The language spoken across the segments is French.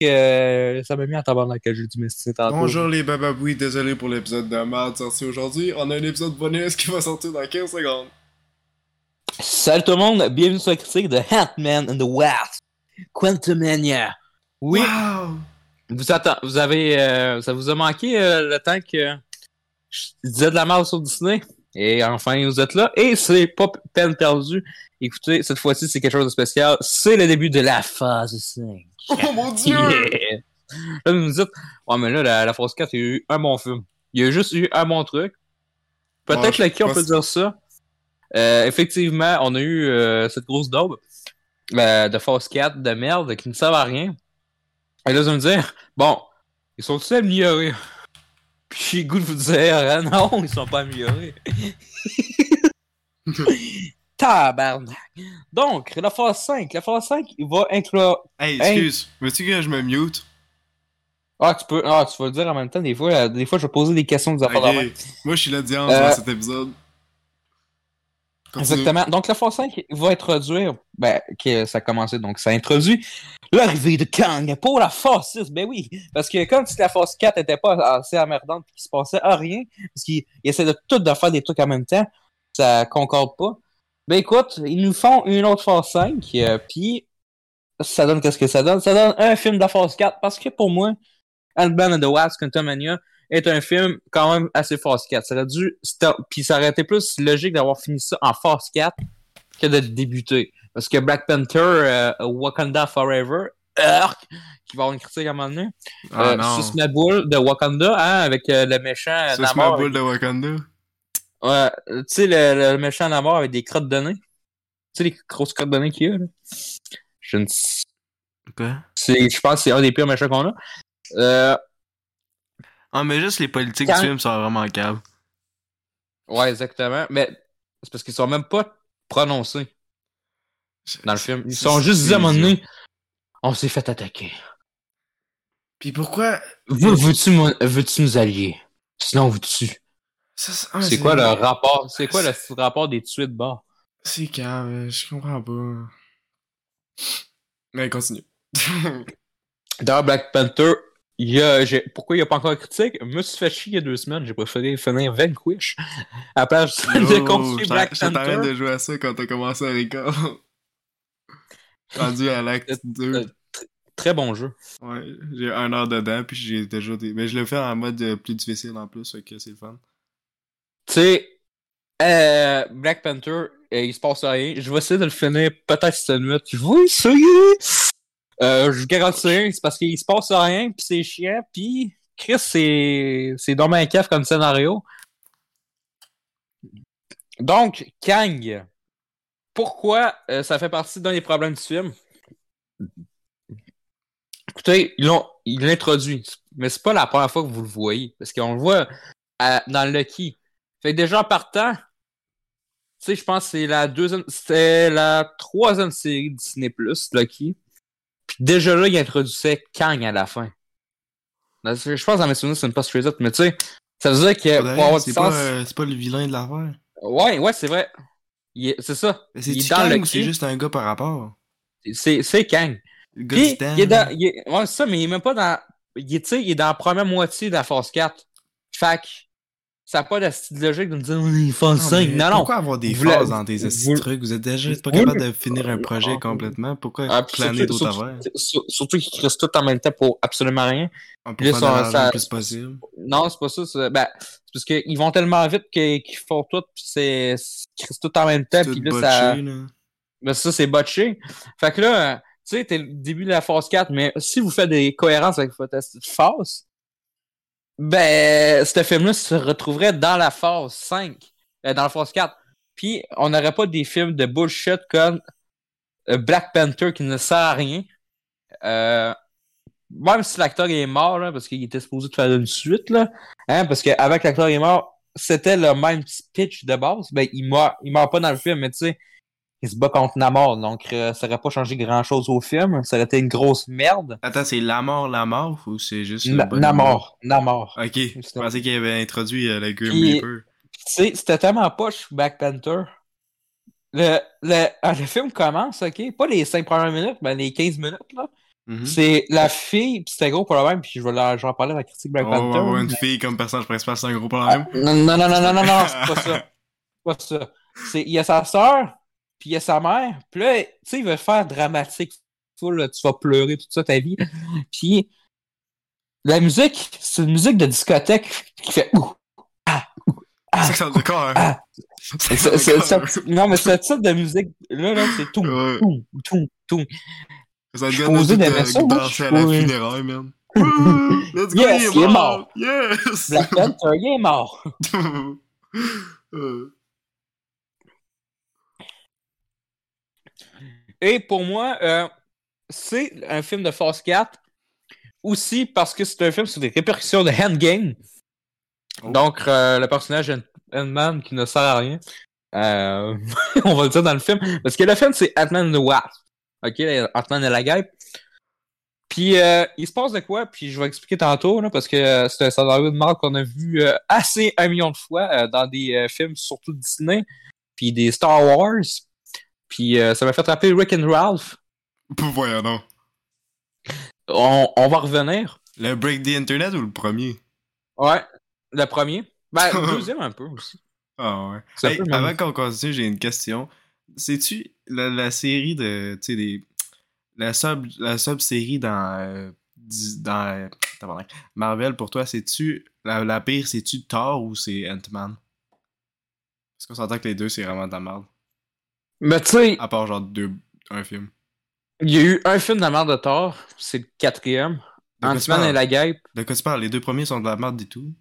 ça m'a mis en tabarnak que j'ai dit, mais c'est tantôt. Bonjour les bababouis, désolé pour l'épisode de merde sorti aujourd'hui. On a un épisode bonus qui va sortir dans 15 secondes. Salut tout le monde, bienvenue sur la critique de Ant-Man and the Wasp, Quantumania. Oui, Wow! vous avez, ça vous a manqué le temps que je disais de la merde sur Disney? Et enfin, vous êtes là, et c'est pas peine perdue. Écoutez, cette fois-ci, c'est quelque chose de spécial. C'est le début de la phase 5. Oh mon dieu! Yeah. Là, vous me dites, ouais, mais là, la phase 4, il y a eu un bon film. Il y a juste eu un bon truc. Peut-être lequel on peut dire ça. Effectivement, on a eu cette grosse daube de phase 4 de merde qui ne servent à rien. Et là, vous allez me dire, bon, ils sont-ils améliorés? Puis j'ai le goût de vous dire, non, ils sont pas améliorés. Tabarnak. Donc, la phase 5, il va inclure... Hey, excuse, veux-tu que je me mute? Tu vas le dire en même temps, des fois, je vais poser des questions des affaires de même. Moi, je suis l'audience dans cet épisode. Continue. Exactement. Donc, la phase 5 va introduire, que ça a commencé, donc ça introduit l'arrivée de Kang pour la phase 6. Ben oui, parce que comme si la phase 4 n'était pas assez emmerdante et qu'il se passait à rien, parce qu'ils essaient de tout de faire des trucs en même temps, ça concorde pas. Ben écoute, ils nous font une autre phase 5, puis ça donne qu'est-ce que ça donne? Ça donne un film de la phase 4, parce que pour moi, Ant-Man and the Wasp, Quantumania est un film quand même assez phase 4. Ça aurait dû puis ça aurait été plus logique d'avoir fini ça en phase 4 que de débuter. Parce que Black Panther, Wakanda Forever, qui va avoir une critique à un moment donné. Suce ma boule de Wakanda, hein, avec le méchant Namor. Suce ma boule de Wakanda? Ouais, tu sais, le méchant Namor avec des crottes de nez. Tu sais, les grosses crottes de nez qu'il y a, là. Je ne sais. Quoi? Je pense que c'est un des pires méchants qu'on a. Mais juste les politiques du film sont vraiment câbles. Ouais, exactement. Mais c'est parce qu'ils sont même pas prononcés dans le film. Ils sont juste dit à un moment donné, on s'est fait attaquer. Puis pourquoi... Veux-tu nous allier? Sinon on vous tue. C'est quoi le rapport? C'est quoi le rapport des tués de bord? C'est câble, je comprends pas. Mais continue. Dans Black Panther, pourquoi il n'y a pas encore de critique? Je me suis fait chier il y a 2 semaines. J'ai préféré finir Vanquish à la place de continuer Black Panther. Je t'arrête de jouer à ça quand t'as commencé à Rico. Rendu à l'acte 2. Très bon jeu. Ouais, j'ai 1 heure dedans, puis j'ai déjà mais je le fais en mode plus difficile en plus, fait que c'est le fun. Tu sais, Black Panther, il se passe rien. Je vais essayer de le finir peut-être cette nuit. Oui, ça y est! Je garantis rien, c'est parce qu'il se passe rien, pis c'est chiant, pis Chris, c'est dans ma cave comme scénario. Donc, Kang, pourquoi ça fait partie d'un des problèmes du film? Écoutez, ils l'introduit, mais c'est pas la première fois que vous le voyez, parce qu'on le voit dans Lucky. Fait que déjà en partant, tu sais, je pense que c'était la 3e série Disney+, Lucky. Puis déjà là, il introduisait Kang à la fin. Je pense dans mes souvenirs, c'est une post up, mais tu sais, ça veut dire que pour avoir du sens... c'est pas le vilain de l'affaire. Ouais, c'est vrai. C'est ça. Mais c'est Kang ou c'est juste un gars par rapport? C'est Kang. Le gars Puis, du ouais, c'est ça, mais il est même pas dans... il est dans la première moitié de la phase 4. Fait que ça n'a pas de style logique de me dire il phase 5. Non. Pourquoi avoir des phases dans tes trucs? Vous êtes déjà pas capable de finir un projet complètement? Pourquoi planer d'autres affaires? Surtout qu'ils crissent tout en même temps pour absolument rien. Pour faire de l'argent le plus possible. Non, c'est pas ça. C'est parce qu'ils vont tellement vite qu'ils font tout, puis ils crissent tout en même temps. Puis là, ça... Mais ça, c'est botché. Fait que là, tu sais, t'es le début de la phase 4, mais si vous faites des cohérences avec votre phase, ce film-là se retrouverait dans la phase 5, dans la phase 4. Puis, on n'aurait pas des films de bullshit comme Black Panther qui ne sert à rien. Même si l'acteur est mort, là, parce qu'il était supposé de faire une suite, là, hein, parce qu'avant que l'acteur est mort, c'était le même pitch de base. Il meurt pas dans le film, mais tu sais, il se bat contre Namor, donc ça aurait pas changé grand-chose au film. Ça aurait été une grosse merde. Attends, c'est la mort ou c'est juste... Namor. Ok, je pensais qu'il avait introduit le Grim Reaper. Tu sais, c'était tellement poche, Black Panther. Le film commence, ok? Pas les 5 premières minutes, mais les 15 minutes, là. C'est la fille, pis c'est un gros problème, puis j'en parlais dans la critique Black Panther. Avoir une fille comme personnage principal, c'est un gros problème. Non, c'est pas ça. C'est pas ça. Il y a sa sœur, puis il y a sa mère, puis là, tu sais, il veut faire dramatique, full, là, tu vas pleurer toute ça ta vie. Puis la musique, c'est une musique de discothèque qui fait ouh, c'est que ça me corps. Non, mais ce type de musique, là, c'est tout, tout. Ça te donne de danser à la funéraille, man. Let's go, yes, il est mort. Yes! Black Panther, il est mort. Et pour moi, c'est un film de Phase 4 aussi parce que c'est un film sur des répercussions de Endgame. Donc, le personnage Ant-Man qui ne sert à rien. On va le dire dans le film. Parce que le film, c'est Ant-Man and the Wasp. OK, Ant-Man et la guêpe. Puis, il se passe de quoi? Puis, je vais expliquer tantôt, là, parce que c'est un scénario de Marvel qu'on a vu assez 1 million de fois dans des films, surtout Disney, puis des Star Wars. Puis, ça m'a fait rappeler Rick and Ralph. Voyons donc. On va revenir. Le Break the Internet ou le premier? Ouais, le premier. Ben, le deuxième un peu aussi. Ah ouais. Hey, avant qu'on continue, j'ai une question. Sais-tu la série de... Tu sais, la sub-série dans Marvel, pour toi, c'est-tu... La pire, c'est-tu Thor ou c'est Ant-Man? Parce qu'on s'entend que les deux, c'est vraiment de la merde. Mais tu sais... À part genre un film. Il y a eu un film de la merde de Thor, c'est le 4e. Ant-Man et la guêpe. De quoi tu parles? Les 2 premiers sont de la merde du tout.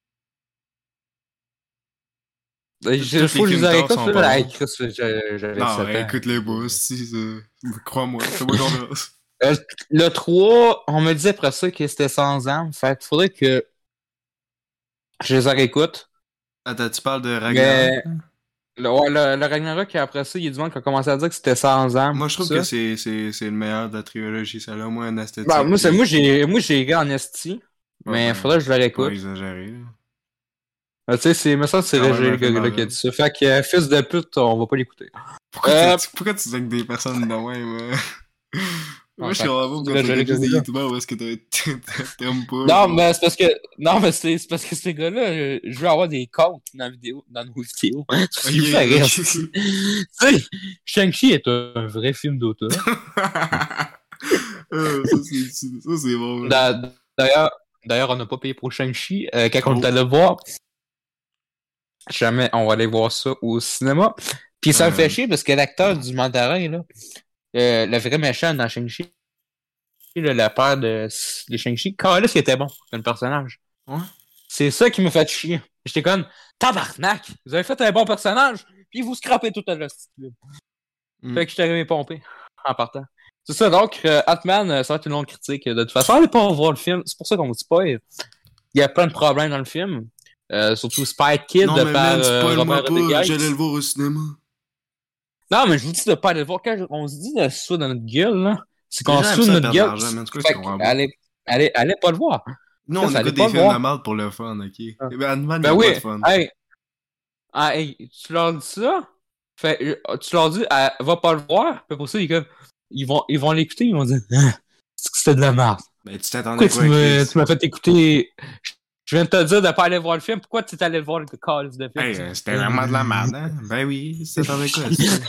Faut que je les écoute, là, j'avais non, écoute-les pas, si, crois-moi, fais-moi confiance. Le 3, on me disait après ça que c'était sans âme, fait qu'il faudrait que je les réécoute. Attends, tu parles de Ragnarok? Le Ragnarok, après ça, il y a du monde qui a commencé à dire que c'était sans âme. Moi, je trouve que c'est le meilleur de la trilogie, ça a au moins un esthétique. Ben, moi, j'ai gagné en esti, mais il faudrait que je le réécoute. Pas exagéré, là. Tu sais, c'est Roger le gars qui a dit ça. Fait que, fils de pute, on va pas l'écouter. Pourquoi tu dis que des personnes de même? Moi, je suis vraiment pas quand tu dis des youtubeurs où est-ce que t'aimes pas. Non, mais c'est parce que. Non, mais c'est parce que ces gars-là, je veux avoir des comptes dans nos vidéos. Tu sais, Shang-Chi est un vrai film d'auteur. Ça, c'est bon. D'ailleurs, on n'a pas payé pour Shang-Chi. Quand on est allé le voir, jamais on va aller voir ça au cinéma. Puis ça me fait chier parce que l'acteur du mandarin, là, le vrai méchant dans Shang-Chi, le père de Shang-Chi, Carlis qui était bon comme personnage. Ouais. C'est ça qui me fait chier. J'étais comme, tabarnak! Vous avez fait un bon personnage, puis vous scrapez tout à l'heure. Fait que j'étais arrivé pompé en partant. C'est ça, donc, Ant-Man, ça va être une longue critique. De toute façon, allez pas voir le film. C'est pour ça qu'on vous dit pas. Il y a plein de problèmes dans le film. Surtout Spike Kid non, mais par Robert Rodriguez. J'allais le voir au cinéma. Non, mais je vous dis de pas aller le voir. Quand on se dit de se foutre dans notre gueule, là, c'est qu'on se fout de notre gueule. Allez pas le voir. Non, on écoute des films de merde pour le fun, ok? Ant-Man, il y a pas de fun. Hey, tu leur dis ça? Tu leur dis, va pas le voir, puis pour ça, ils vont l'écouter, ils vont dire, c'est que c'était de la merde. Ben, tu t'attendais quoi, tu m'as fait écouter. Je viens de te dire de pas aller voir le film. Pourquoi tu es allé voir le call de film? Hey, c'était vraiment de la merde, hein? Ben oui, tu t'attendais quoi?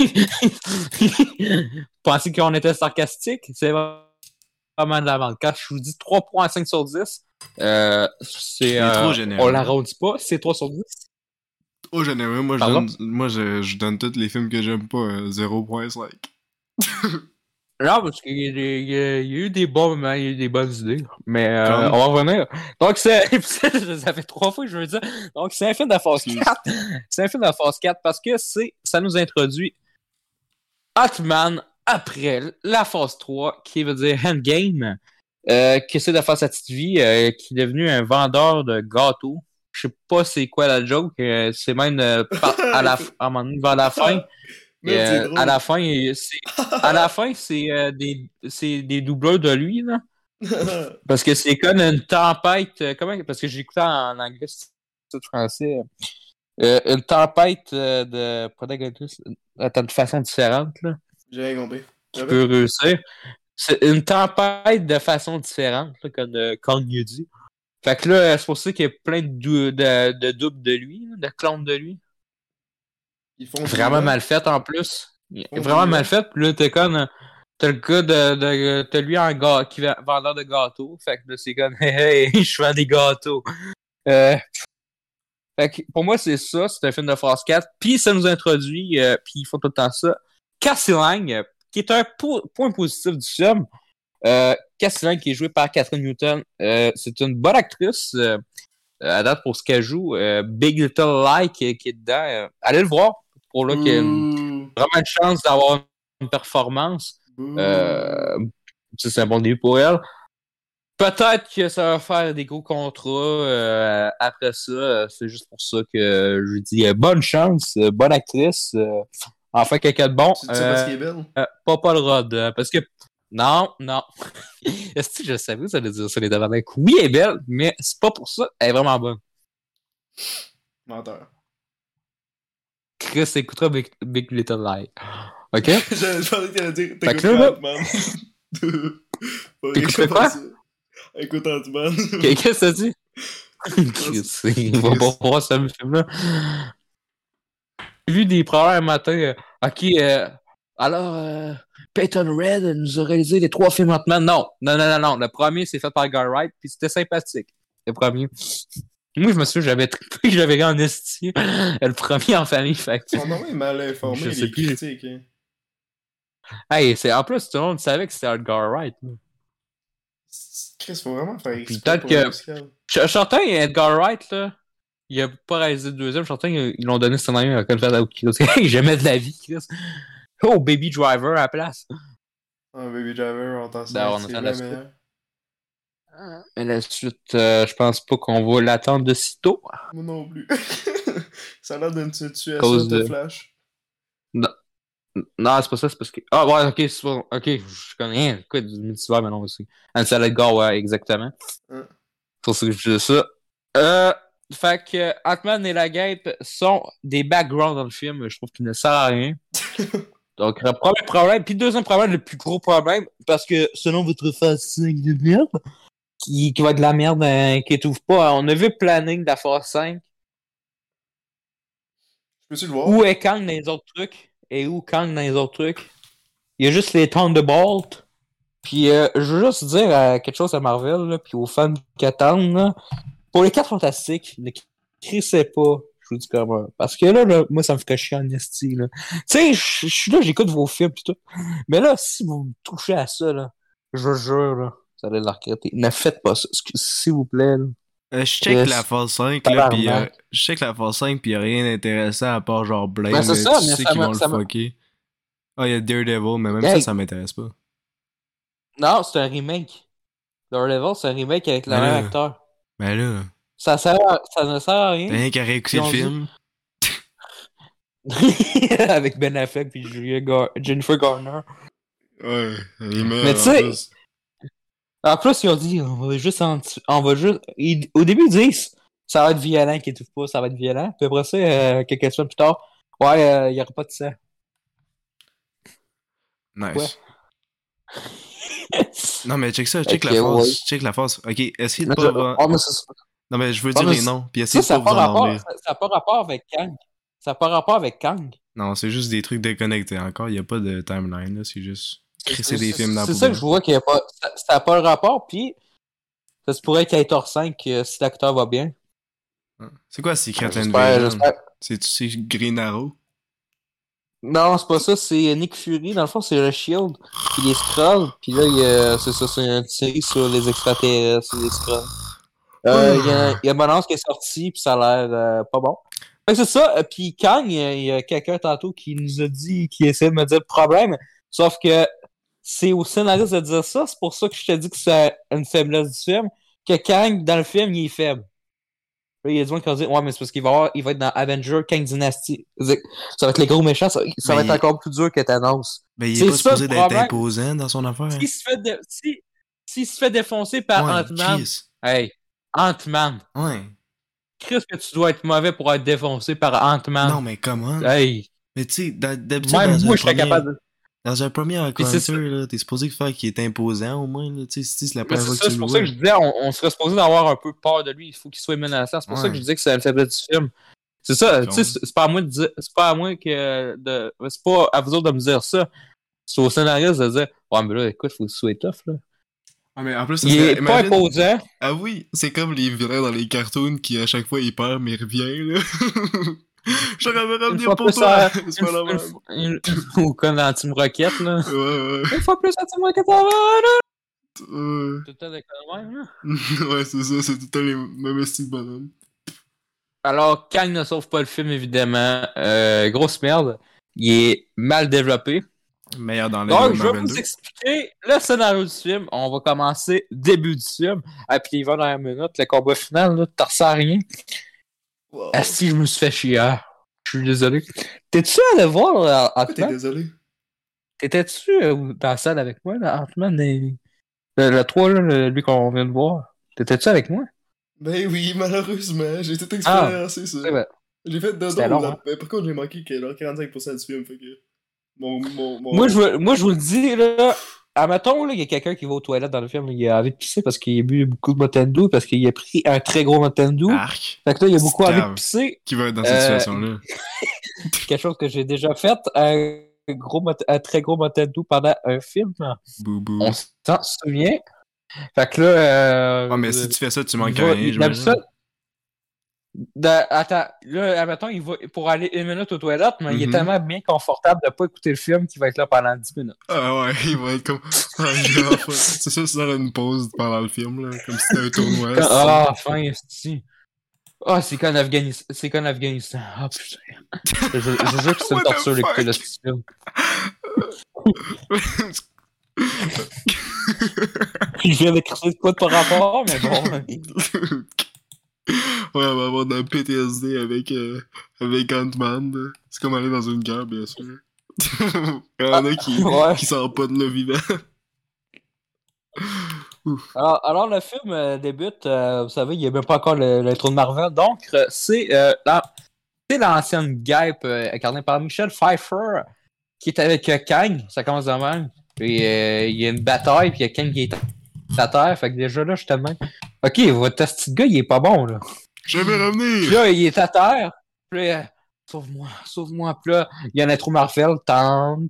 Pensez qu'on était sarcastique? C'est vraiment de la merde. Quand je vous dis 3.5 sur 10, c'est trop généreux. On l'arrondit pas, c'est 3 sur 10. Trop généreux. Moi, je donne tous les films que j'aime pas 0.5. Non, parce qu'il y a eu des bons moments, il y a eu des bonnes idées. Mais on va revenir. Donc, ça fait 3 fois que je veux dire. Donc, c'est un film de la phase 4. C'est un film de la phase 4 parce que ça nous introduit Ant-Man après la phase 3, qui veut dire Endgame, qui essaie de faire sa petite vie, qui est devenu un vendeur de gâteaux. Je sais pas c'est quoi la joke. C'est même à un moment donné, vers la fin. À la fin, c'est des doubleurs de lui, là. Parce que c'est comme une tempête. Parce que j'ai écouté en anglais, c'est français. Une tempête de protagonistes de façon différente, là. J'ai rien compris. Qui peut réussir. c'est une tempête de façon différente, là, comme Kang lui dit. Fait que là, c'est pour ça qu'il y a plein de doubles de lui, là, de clones de lui. Ils font Vraiment mal fait en plus. Vraiment mal fait. Puis là, t'as le gars t'as lui qui vendeur de gâteaux. Fait que là, c'est comme, hey, je vends des gâteaux. Fait que pour moi, c'est ça. C'est un film de Phase 4. Puis ça nous introduit, puis ils font tout le temps ça. Cassie Lang, qui est un point positif du film. Cassie Lang, qui est jouée par Catherine Newton. C'est une bonne actrice. À date, pour ce qu'elle joue. Big Little Lie qui est dedans. Allez le voir. Pour là qu'il y a vraiment une chance d'avoir une performance. C'est un bon début pour elle. Peut-être que ça va faire des gros contrats après ça. C'est juste pour ça que je lui dis bonne chance, bonne actrice. Enfin, quelqu'un de bon. C'est parce qu'elle est belle? Pas Paul Rudd. Parce que. Non. Est-ce que je savais que ça allait dire ça, les tabarnak? Oui, elle est belle, mais c'est pas pour ça. Elle est vraiment bonne. Menteur. Chris écoutera Big Little Lie. OK? Je pensais que t'allais dire t'écoutes Ant-Man. T'écoutes quoi? Écoute Ant-Man. Qu'est-ce que ça dit? Chris, il va pas voir ce film-là. J'ai vu des problèmes un matin. OK, alors, Peyton Reed nous a réalisé les 3 films Ant-Man. Non. Le premier, c'est fait par Guy Wright, puis c'était sympathique. Le premier. Moi, je me souviens, j'avais trippé, j'avais regardé en esti. Le premier en famille, fait que... Ils sont vraiment mal informés, les critiques. Hein. Hey, en plus, tout le monde savait que c'était Edgar Wright. Chris, faut vraiment faire exprès pour le musical. Je suis certain, Edgar Wright, là, il a pas réalisé le deuxième. Je suis certain qu'ils l'ont donné ce scénario à quelqu'un d'autre. Hey, j'aimais de la vie, Chris. Oh, Baby Driver à la place. Ah, Baby Driver, on t'en sait. On attend la suite. Mais la suite, je pense pas qu'on va l'attendre de sitôt. Moi non plus. Ça a l'air d'une situation de Flash. Non, c'est pas ça, c'est parce que. Ah, ouais, ok, c'est pas. Ok, je connais rien. Quoi, du multivers maintenant aussi. Ansel Edgar, ouais, exactement. C'est pour ça que je dis ça. Fait que Ant-Man et la Guêpe sont des backgrounds dans le film. Je trouve qu'ils ne servent à rien. Donc, premier problème. Puis, deuxième problème, le plus gros problème, parce que selon votre phase 5 de merde, qui va être de la merde, qui étouffe pas, on a vu le planning de la phase 5. Peux-tu le voir? Où est Kang dans les autres trucs? Et où Kang dans les autres trucs? Il y a juste les Thunderbolts. Puis je veux juste dire quelque chose à Marvel, là, puis aux fans qui attendent. Là. Pour les 4 fantastiques, ne crissez pas. Je vous dis comment. Parce que là, moi, ça me ferait chier en esti. Tu sais, je suis là, j'écoute vos films pis tout. Mais là, si vous me touchez à ça, là, je vous jure, là, ça allait la regretter. Ne faites pas ça, s'il vous plaît. Là. Je check la phase 5, là, pis je check la phase 5, pis y'a rien d'intéressant à part genre Blame, ben, c'est ça, tu sais qu'ils vont le fucker. Ah, y'a Daredevil, mais même ça m'intéresse pas. Non, c'est un remake. Daredevil, c'est un remake avec le même acteur. Ben là... Ça ne sert à rien. T'as rien qu'à réécouter le film. Avec Ben Affleck pis Jennifer Garner. Ouais, mais tu sais... En plus, ils ont dit, au début, ils disent, ça va être violent, qui étouffe pas, ça va être violent. Puis après ça, quelques semaines plus tard, ouais, il y aura pas de sang. Nice. Ouais. Non, mais check ça, check la phase. Ouais. Check la phase. Ok, essayez de pas... Non, mais je veux dire les noms, puis essayez de pas vous en enlever. Ça n'a pas rapport avec Kang. Ça n'a pas rapport avec Kang. Non, c'est juste des trucs déconnectés encore. Il n'y a pas de timeline, là. C'est juste crisser des films dans la poubelle. C'est ça que je vois qu'il n'y a pas... Ça n'a pas le rapport, puis ça se pourrait qu'il y ait Thor 5 si l'acteur va bien. C'est quoi Secret Invasion? C'est Green Arrow? Non, c'est pas ça. C'est Nick Fury. Dans le fond, c'est le Shield. Puis les Skrulls. Puis là, c'est ça. C'est une série sur les extraterrestres, sur les Skrulls. Il y a Balance qui est sorti, puis ça a l'air pas bon. Fait que c'est ça. Puis Kang, il y a quelqu'un tantôt qui nous a dit, qui essaie de me dire le problème. Sauf que c'est au scénariste de dire ça. C'est pour ça que je te dis que c'est une faiblesse du film. Que Kang, dans le film, il est faible. Là, il y a des gens qui vont dire, ouais, mais c'est parce qu'il va être dans Avenger Kang Dynasty. Ça va être les gros méchants. Ça va être encore plus dur que Thanos. Mais il est pas supposé d'être imposant dans son affaire. S'il se fait défoncer par Ant-Man. Hey, Ant-Man. Ouais. Chris, que tu dois être mauvais pour être défoncé par Ant-Man. Non, mais comment? Hey. Mais tu sais, d'habitude. Même moi, je serais capable de. Dans un premier encounter, là, t'es supposé faire qu'il est imposant au moins, là. Tu sais, si c'est la première fois que tu le vois. C'est pour ça que je disais, on serait supposé d'avoir un peu peur de lui. Il faut qu'il soit menaçant. C'est pour ça que je disais que c'est le faiblesse du film. C'est ça, tu sais, c'est pas à moi de dire. C'est pas à moi que. C'est pas à vous autres de me dire ça. C'est au scénariste de dire ouais, mais là, écoute, faut que tu sois tough, là. Ah, mais en plus, il est pas imposant. Ah oui, c'est comme les vilains dans les cartoons qui, à chaque fois, il perd, mais il revient, là. J'aurais aimé revenir pour toi. C'est pas la même. Ou comme dans Team Rocket, là. Ouais. Une fois plus à Team Rocket avant, là. Tout le temps avec le même, là. Ouais, c'est ça, c'est tout le temps les mêmes styles bonhommes. Alors, Kang ne sauve pas le film, évidemment. Grosse merde. Il est mal développé. Meilleur dans les Donc, je vais vous expliquer le scénario du film. On va commencer début du film. Et puis, il va dans 1 minute. Le combat final, là, t'en ressens rien. Wow. Si je me suis fait chier. Je suis désolé. T'es-tu allé voir Ant-Man? T'es désolé? T'étais-tu dans la salle avec moi, là, Ant-Man et... le 3, là, lui qu'on vient de voir? T'étais-tu avec moi? Ben oui, malheureusement. J'ai tout expérimenté ça. Ben, j'ai fait dodo là. Ben, par contre, j'ai manqué 45% du film. Fait que... Moi, je vous le dis, là, admettons, il y a quelqu'un qui va aux toilettes dans le film, il a envie de pisser parce qu'il a bu beaucoup de Mountain Dew, parce qu'il a pris un très gros Mountain Dew. Fait que là, il a beaucoup envie de pisser. Qui va être dans cette situation-là? Quelque chose que j'ai déjà fait, un très gros Mountain Dew pendant un film. Boubou. On s'en souvient. Fait que là... mais si tu fais ça, tu manques rien, j'imagine. Attends, là, admettons, il va pour aller 1 minute aux toilettes, mais il est tellement bien confortable de pas écouter le film qu'il va être là pendant 10 minutes. Ah ouais, il va être comme... c'est ça, c'est une pause pendant le film, là, comme si c'était un tournoi. Enfin, si. C'est qu'en Afghanistan. Ah, putain. Je jure que c'est une torture d'écouter le film. Je viens d'écrire de quoi de par rapport, mais bon... Ouais, on va avoir de la PTSD avec Ant-Man. C'est comme aller dans une guerre, bien sûr. Il y en a qui sortent pas de là vivant. alors, le film débute, vous savez, il n'y a même pas encore l'intro de Marvel, donc c'est l'ancienne guêpe incarnée par Michelle Pfeiffer qui est avec Kang, ça commence de même. Puis il y a une bataille, puis il y a Kang qui est à terre, fait que déjà là, je suis tellement... Ok, votre petit gars, il est pas bon, là. Je vais revenir! Puis là, il est à terre. Puis là, sauve-moi. Puis là, il y a un intro Marvel. Tam.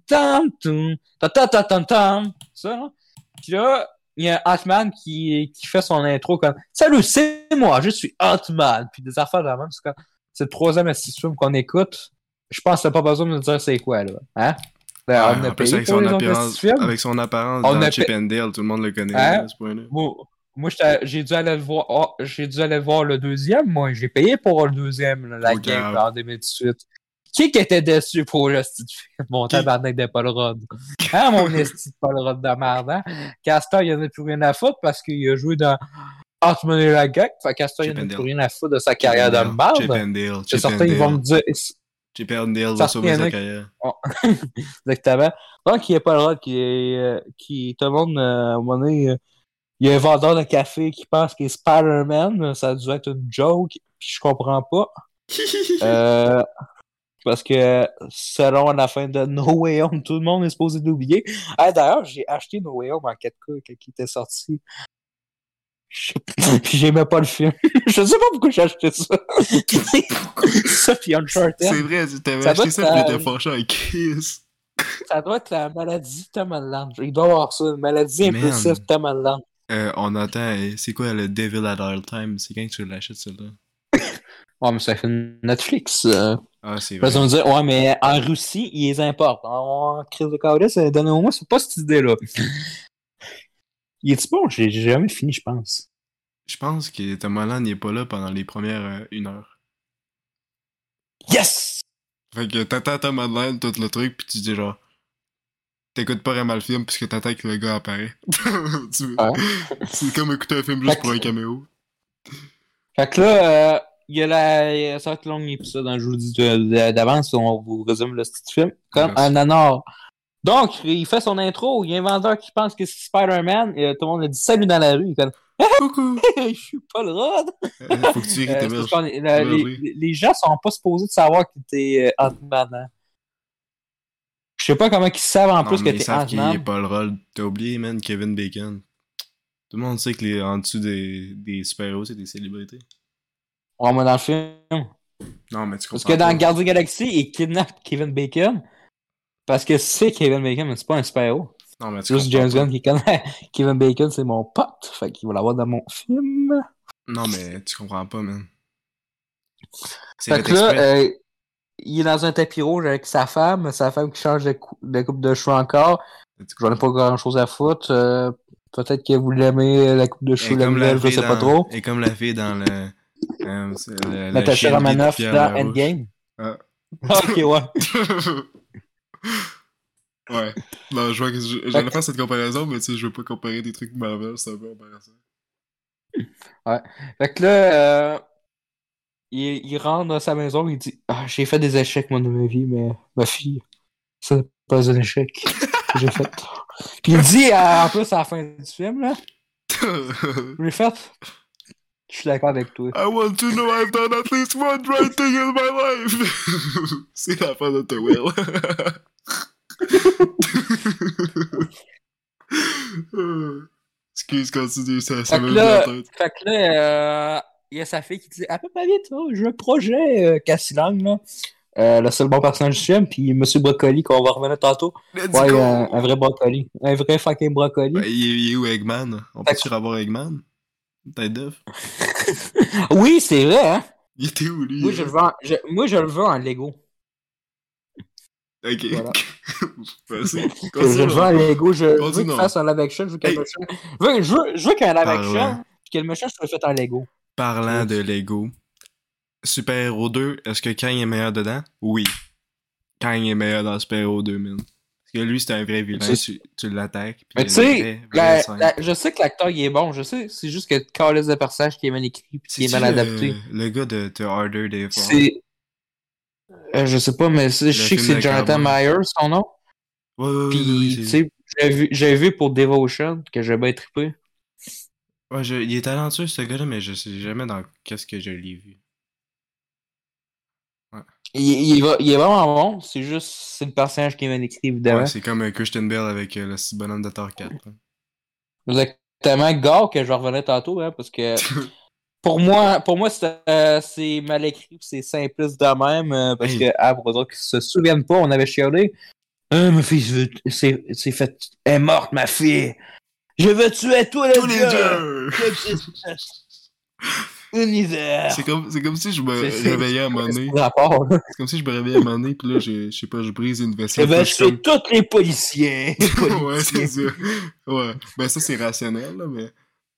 Ça, hein? Puis là, il y a Ant-Man qui fait son intro comme « Salut, c'est moi, je suis Ant-Man. » Puis des affaires de la même. C'est le 3e film qu'on écoute. Je pense que t'as pas besoin de nous dire c'est quoi, là. Hein? Ben, on a payé avec son apparence dans Chip and Dale, tout le monde le connaît, à ce point-là. Moi, j'ai dû aller le voir. J'ai dû aller voir le 2e. Moi, j'ai payé pour le 2e, là, la game en 2018. Qui était déçu pour le style film? Mon tabarnak de Paul Rudd. Hein, mon esti de Paul Rudd de merde, hein? Castor, il en a plus rien à foutre parce qu'il a joué dans Ant-Man et la Gag. Fait Castor, il en a plus rien à foutre de sa carrière de merde. Chip and Dale. Certains, ils vont me dire. Chip and Dale va sauver sa carrière. Exactement. Donc, il y a Paul Rudd qui tout le monde, à un moment donné, il y a un vendeur de café qui pense qu'il est Spider-Man. Ça a dû être une joke, puis je comprends pas. Parce que selon la fin de No Way Home, tout le monde est supposé l'oublier. D'ailleurs, j'ai acheté No Way Home en 4K quand il était sorti. Puis j'aimais pas le film. Je sais pas pourquoi j'ai acheté ça. Ça, puis Uncharted. C'est vrai, t'avais acheté ça puis t'étais fâché avec Chris. Ça doit être la maladie Tom Holland. Il doit avoir ça, une maladie impulsive Tom Holland. On entend, c'est quoi le Devil at All Time? C'est quand que tu l'achètes, celui-là? Ouais, mais ça fait Netflix. C'est vrai. Ils vont dire, ouais, mais en Russie, ils les importent. En crise de calice, donnez-moi, c'est pas cette idée-là. Il est-tu bon? J'ai jamais fini, je pense. Je pense que Tom Holland n'est pas là pendant les premières 1 heure. Yes! Fait que t'attends Tom Holland, tout le truc, pis tu dis genre... T'écoutes pas vraiment le film puisque t'attends que le gars apparaît. C'est comme écouter un film juste pour un caméo. Fait que là, il y a ça va être long épisode, je vous dis d'avance, on vous résume le petit film. Comme un anor. Donc, il fait son intro, il y a un vendeur qui pense que c'est Spider-Man, et tout le monde a dit salut dans la rue, il est comme coucou! Je suis pas le Rod! Faut que tu ris, les gens sont pas supposés de savoir qu'il était Ant-Man. Hein? Je sais pas comment ils savent en Non, plus que mais ils t'es savent qu'il Ant-Man. est pas le rôle. T'as oublié, man, Kevin Bacon. Tout le monde sait que en dessous des super-héros, c'est des célébrités. Ouais, mais dans le film. Non, mais tu Parce que comprends dans pas. Guardians of the Galaxy, il kidnappe Kevin Bacon. Parce que c'est Kevin Bacon, mais c'est pas un super-héros. Non, mais tu C'est juste comprends James pas. Gunn qui connaît. Kevin Bacon, c'est mon pote. Fait qu'il va l'avoir dans mon film. Non, mais tu comprends pas, man. C'est Fait fait que là, exprès. il est dans un tapis rouge avec sa femme qui change de coupe de cheveux encore. J'en ai pas grand chose à foutre. Peut-être que vous l'aimez, la coupe de Et cheveux, la comme la nouvelle, je fille sais pas dans. trop. Et comme la fille dans le Natasha chien de Guy de Romanoff Pierre dans Larouche. Endgame. Ah. Ok, ouais. Ouais. Non, je vois que j'allais faire cette comparaison, mais tu sais, je veux pas comparer des trucs Marvel, c'est un peu embarrassant. Ouais. Fait que là, il rentre dans sa maison, il dit ah, j'ai fait des échecs, moi, de ma vie, mais ma fille, ça n'est pas un échec que j'ai fait. Puis il dit, en plus, à la fin du film, là, je l'ai fait. Je suis d'accord avec toi. I want to know I've done at least one right thing in my life. C'est la fin de The Will. Excuse, continue, ça me vient en tête. Fait que là, il y a sa fille qui dit, à peu près vite, oh, j'ai un projet, Cassie-Lang, là. Le seul bon personnage du film, puis Monsieur Brocoli, qu'on va revenir tantôt. Let's Ouais, go! un vrai brocoli. Un vrai fucking brocoli. Ben, il est où Eggman? On peut-tu revoir Eggman? Tête d'œuf? Oui, c'est vrai, hein? Il était où, lui? Moi, je le veux en Lego. Ok. Voilà. Vas-y. Je le veux en Lego. Je veux qu'il non. fasse un live action. Je veux qu'il y ait un live action, puis que le machin soit fait en Lego. Parlant de Lego, Super Hero 2, est-ce que Kang est meilleur dedans? Oui. Kang est meilleur dans Super Hero 2, man. Parce que lui, c'est un vrai vilain, tu l'attaques. Mais tu sais, je sais que l'acteur il est bon, je sais, c'est juste que Carlis de personnage qui est mal écrit pis qui est mal adapté. Le gars de The Harder Day Fall. C'est. Je sais pas, mais je sais que c'est Jonathan Myers, son nom. Ouais, pis, tu sais, j'avais vu pour Devotion, que j'ai bien trippé. Ouais, il est talentueux, ce gars-là, mais je sais jamais dans qu'est-ce que je l'ai vu. Ouais. Il est vraiment bon, c'est juste, c'est le personnage qui est mal écrit, évidemment. Ouais, c'est comme Christian Bale avec le petit bonhomme de Thor 4. Hein. Exactement, Gore, que je revenais tantôt, hein, parce que pour moi c'est mal écrit, c'est simpliste de même, parce que, pour eux qui se souviennent pas, on avait chialé. Ma fille, c'est fait, elle est morte, ma fille. Je veux tuer tous les dieux. Univers. C'est comme si je me réveillais à un moment donné. C'est comme si je me réveillais à un moment donné, pis là, je sais pas, je brise une vaisselle. Je vais tuer tous les policiers. Ouais, c'est ça. Ouais. Ben, ça, c'est rationnel, là, mais.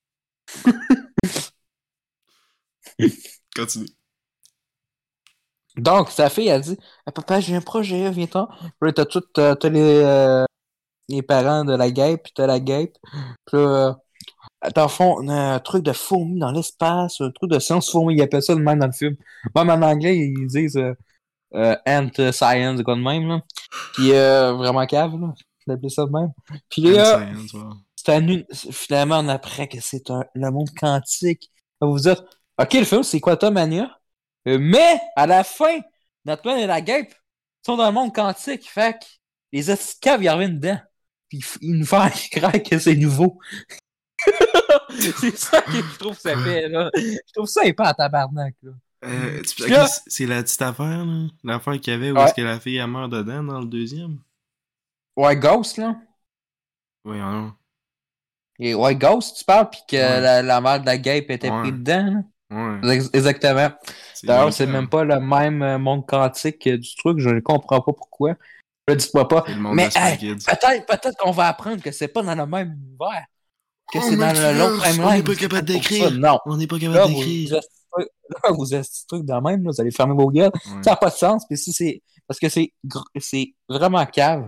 Continue. Donc, sa fille, elle dit papa, j'ai un projet, viens-t'en. Puis là, t'as les parents de la guêpe, puis t'as la guêpe. Puis là, dans le fond, un truc de fourmi dans l'espace, un truc de science-fourmi, ils appellent ça de même dans le film. Même en anglais, ils disent Ant Science, quoi de même, là. Puis vraiment cave, là. Ils appellent ça de même. Puis là, finalement, on apprend que c'est le monde quantique. Vous dites, OK, le film, c'est Quantumania? Mais, à la fin, Natman et la guêpe sont dans le monde quantique. Fait que les escaves, ils reviennent dedans. Puis ils nous font croire que c'est nouveau. C'est ça que je trouve ça fait, là. Je trouve ça épais à tabarnak, là. C'est la petite affaire, là. L'affaire qu'il y avait où est-ce que la fille, elle meurt dedans dans le deuxième? Ouais, Ghost, là. Oui, non. Et ouais, Ghost, tu parles, pis que la mère de la guêpe était prise dedans, là. Ouais. Exactement. D'ailleurs, c'est même pas le même monde quantique du truc, je ne comprends pas pourquoi. Dites-moi pas. Mais peut-être qu'on va apprendre que c'est pas dans le même univers. Que c'est dans l'autre timeline. On n'est pas capable d'écrire. Non. On n'est pas capable d'écrire. Là, vous êtes ce truc de même, là, vous allez fermer vos gueules. Ça n'a pas de sens. Puis si c'est. Parce que c'est vraiment cave.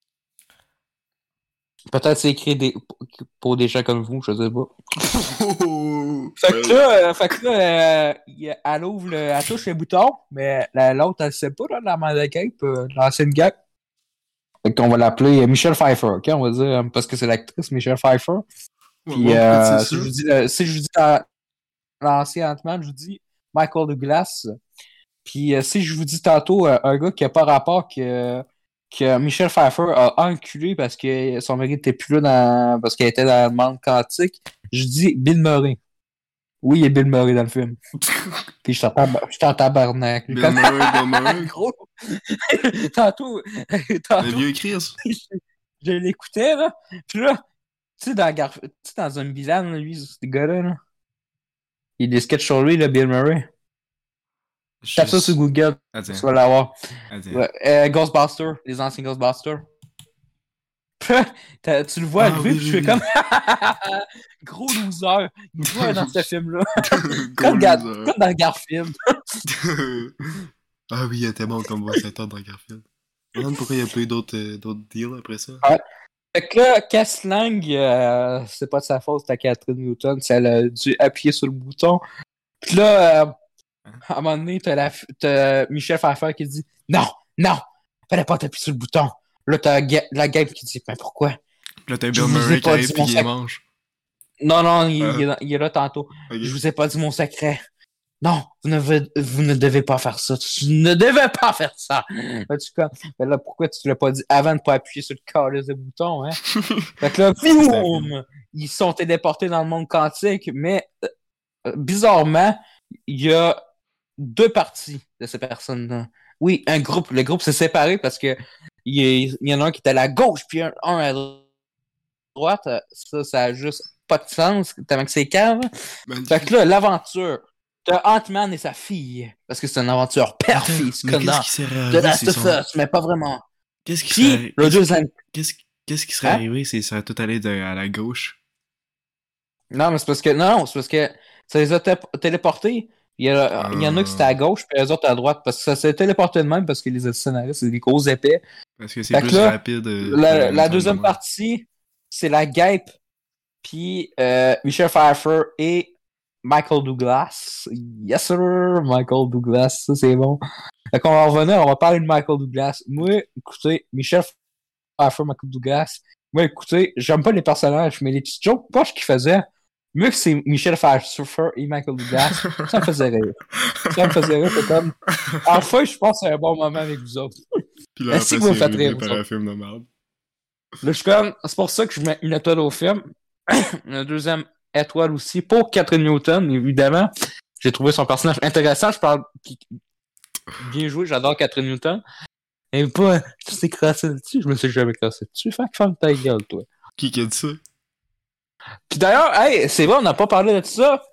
Peut-être c'est écrit pour des gens comme vous, je sais pas. Fait que là, elle ouvre elle touche le bouton, mais l'autre, elle sait pas, là, la mère de Cape, l'ancienne gap. Fait qu'on va l'appeler Michelle Pfeiffer, ok? On va dire, parce que c'est l'actrice Michelle Pfeiffer. Puis, si je vous dis l'ancien Ant-Man, je vous dis Michael Douglas. Puis, si je vous dis tantôt un gars qui a pas rapport que que Michelle Pfeiffer a enculé parce que son mari était plus là parce qu'elle était dans le monde quantique. Je dis Bill Murray. Oui, il y a Bill Murray dans le film. Puis je t'en tabarnak. Bill Murray. Gros. tantôt, Le vieux Chris. je l'écoutais, là. Puis là, tu sais, dans Zombieland, lui, ce gars-là, là. Il y a des sketchs sur lui, là, Bill Murray. Tape ça sur Google. Tu vas l'avoir. Ouais. Ghostbusters, les anciens Ghostbusters. Tu le vois arriver, puis je fais comme gros loser. Il voit dans ce film-là. comme dans Garfield. Ah oui, il était bon comme voix dans Garfield. Je me demande pourquoi il n'y a pas eu d'autres deals après ça. Ouais. Fait que là, Cass Lang, c'est pas de sa faute, c'était Catherine Newton, elle a dû appuyer sur le bouton. Puis là, à un moment donné, t'as Michelle Pfeiffer qui dit non, fallait pas t'appuyer sur le bouton. Là, t'as la game qui dit mais pourquoi? Là, t'as Bill Murray qui arrive et il mange. Non, il est là tantôt. Okay. Je vous ai pas dit mon secret. Non, vous ne devez pas faire ça. Tu ne devais pas faire ça. Là, pourquoi tu l'as pas dit avant de pas appuyer sur le calice de bouton, hein? Fait que là, boum! Ils sont téléportés dans le monde quantique, mais bizarrement, il y a 2 parties de ces personnes-là. Oui, un groupe. Le groupe s'est séparé parce que il y en a un qui était à la gauche, puis un à droite. Ça a juste pas de sens, tellement que c'est cave. Fait que là, l'aventure. T'as Ant-Man et sa fille, parce que c'est une aventure perfide, ce connard. De Last of Us, mais pas vraiment. Qu'est-ce qui serait arrivé si ça serait tout allé à la gauche? Non, mais c'est parce que ça les a téléportés. Il y en a qui c'était à gauche, puis les autres à droite, parce que ça s'est téléporté de même, parce que les scénaristes, c'est des gros épais. Parce que c'est plus rapide. La deuxième partie, c'est la guêpe, puis Michelle Pfeiffer et Michael Douglas. Yes, sir! Michael Douglas, ça c'est bon. Fait qu'on va revenir, on va parler de Michael Douglas. Moi, écoutez, Michelle Pfeiffer, Michael Douglas. Moi, écoutez, j'aime pas les personnages, mais les petites jokes poches qu'ils faisaient, mieux que c'est Michelle Pfeiffer et Michael Douglas, ça me faisait rire. C'est comme. Enfin, je pense que c'est un bon moment avec vous autres. Puis là, si vous me faites rire. Un film de merde. Là, je suis comme. C'est pour ça que je mets une étoile au film. Une deuxième étoile aussi pour Catherine Newton, évidemment. J'ai trouvé son personnage intéressant. Je parle bien joué, j'adore Catherine Newton. Et pas, tu t'es crassé dessus, je me suis jamais crassé dessus. Fait que ferme ta gueule, toi. Qui a dit ça? Puis d'ailleurs, hey, c'est vrai, on n'a pas parlé de ça.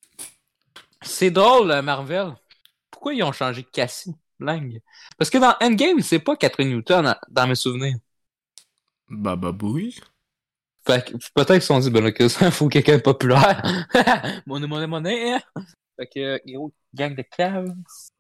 C'est drôle, Marvel. Pourquoi ils ont changé Cassie Lang? Parce que dans Endgame, c'est pas Catherine Newton, dans mes souvenirs. Bah oui. Fait que peut-être qu'ils se sont dit, ben là, que ça, faut quelqu'un de populaire. Monnaie. Hein? Fait que, gros, gang de cave.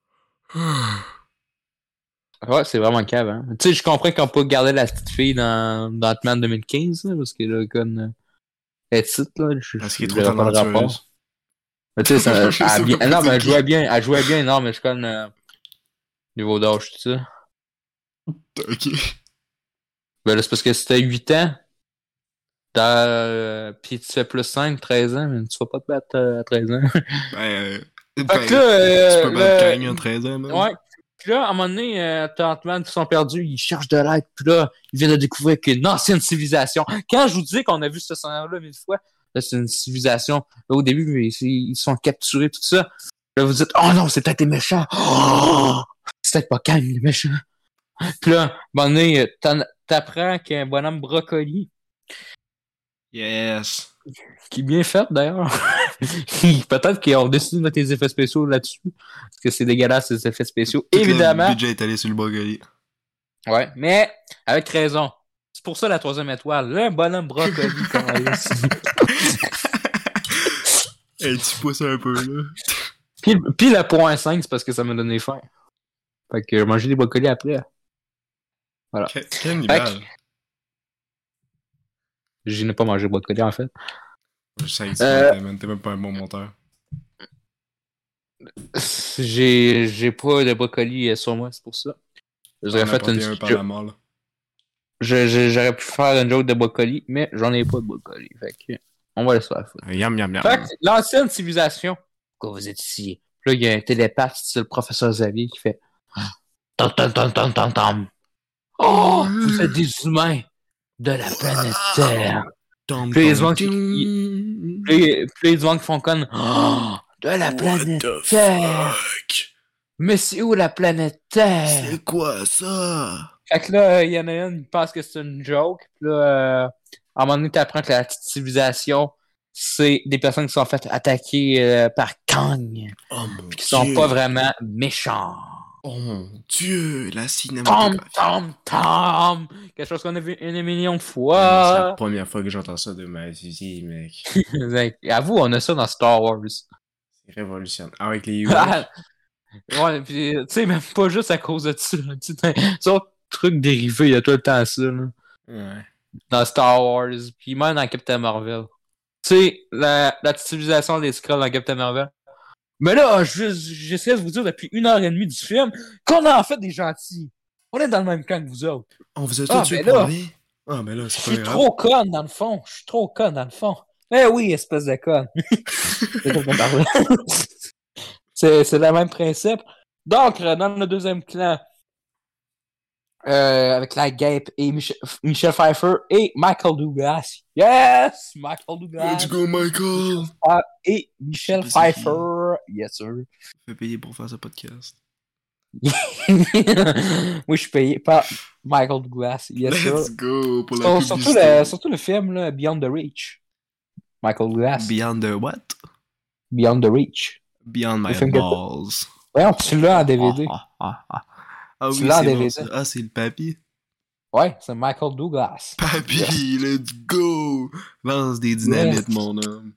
Ouais, c'est vraiment cave, hein. Tu sais, je comprends qu'on peut garder la petite fille dans Ant-Man 2015, là, parce que là, comme, elle est petite, là. Parce qu'il est trop talentueuse. Mais tu sais, non, mais elle jouait bien, non, mais je suis comme, niveau d'âge, tout ça. Ok. Ben là, c'est parce que c'était 8 ans. Pis tu fais plus 5, 13 ans, mais tu vas pas te battre à 13 ans. Tu peux battre Kang à 13 ans, même. Ouais. Puis là, à un moment donné, t'as Ant-Man qui sont perdus, ils cherchent de l'aide, puis là, ils viennent de découvrir qu'une ancienne civilisation. Quand je vous dis qu'on a vu ce scénario-là 1000 fois, là, c'est une civilisation. Là, au début, ils sont capturés, tout ça. Là, vous dites, oh non, c'est peut-être les méchants. Oh, c'est peut-être pas Kang, les méchants. Puis là, à un moment donné, t'apprends qu'il y a un bonhomme brocoli. Yes. Qui est bien fait, d'ailleurs. Peut-être qu'ils ont décidé de mettre des effets spéciaux là-dessus. Parce que c'est dégueulasse, ces effets spéciaux. Tout évidemment. Le budget est allé sur le brocoli. Ouais, mais avec raison. C'est pour ça la 3e étoile. Là, un bonhomme brocoli. Hey, tu pousses un peu, là. Puis le 0.5, c'est parce que ça m'a donné faim. Fait que j'ai mangé des brocolis après. Voilà. Cannibale. Je n'ai pas mangé de brocoli, en fait. Je sais que t'es même pas un bon monteur. J'ai pas de brocoli sur moi, c'est pour ça. J'aurais fait J'aurais pu faire une joke de brocoli, mais j'en ai pas de brocoli. Fait que on va laisser faire foutre. Yam. Fait que l'ancienne civilisation, pourquoi vous êtes ici? Puis là, il y a un télépathe, c'est le professeur Xavier qui fait tam tam tam tam tam tam. Oh, vous êtes des humains de la planète Terre. Puis les gens qui font comme oh, de la planète Terre. Mais c'est où la planète Terre? C'est quoi ça? Fait que là, il y en a une qui pense que c'est une joke. Puis là, à un moment donné, tu apprends que la petite civilisation, c'est des personnes qui sont faites attaquer par Kang. Oh mon Puis qui sont pas vraiment méchants. Oh mon Dieu, la Tom, cinématographie. Tom, Tom! Quelque chose qu'on a vu 1 million de C'est la fois. première fois que j'entends ça de ma vie, mec. Avoue, on a ça dans Star Wars. C'est révolutionnaire. Ah, avec les Ouais, pis tu sais, même pas juste à cause de ça. Tu sais, autre truc dérivé, il y a tout le temps ça, là. Ouais. Dans Star Wars, puis même dans Captain Marvel. Tu sais, la civilisation des Skrulls dans Captain Marvel. Mais là, j'essaie de vous dire depuis 1h30 du film qu'on a en fait des gentils. On est dans le même camp que vous autres. On vous a Ah, tout tué ben pour là, rien? Ah, mais là, Je c'est suis pas grave. trop conne dans le fond. Je suis trop conne dans le fond. Eh oui, espèce de conne. C'est ça qu'on parlait. C'est le même principe. Donc, dans le deuxième clan, avec la Gape et Michelle Pfeiffer et Michael Douglas. Yes! Michael Douglas. Let's go, Michael! Et Michelle Je sais pas c'est Pfeiffer. Yes, sir. Fais payer pour faire ce podcast. Moi, je suis payé par Michael Douglas. Yes, sir. Let's go pour la Surtout le film là, Beyond the Reach. Michael Douglas. Beyond the what? Beyond the Reach. Beyond my film balls. Voyons, tu l'as en DVD. Ah Tu oui, l'as en c'est bon, DVD. ça. Ah, c'est le papy. Ouais, c'est Michael Douglas. Papy, let's go! Lance des dynamites, mon homme.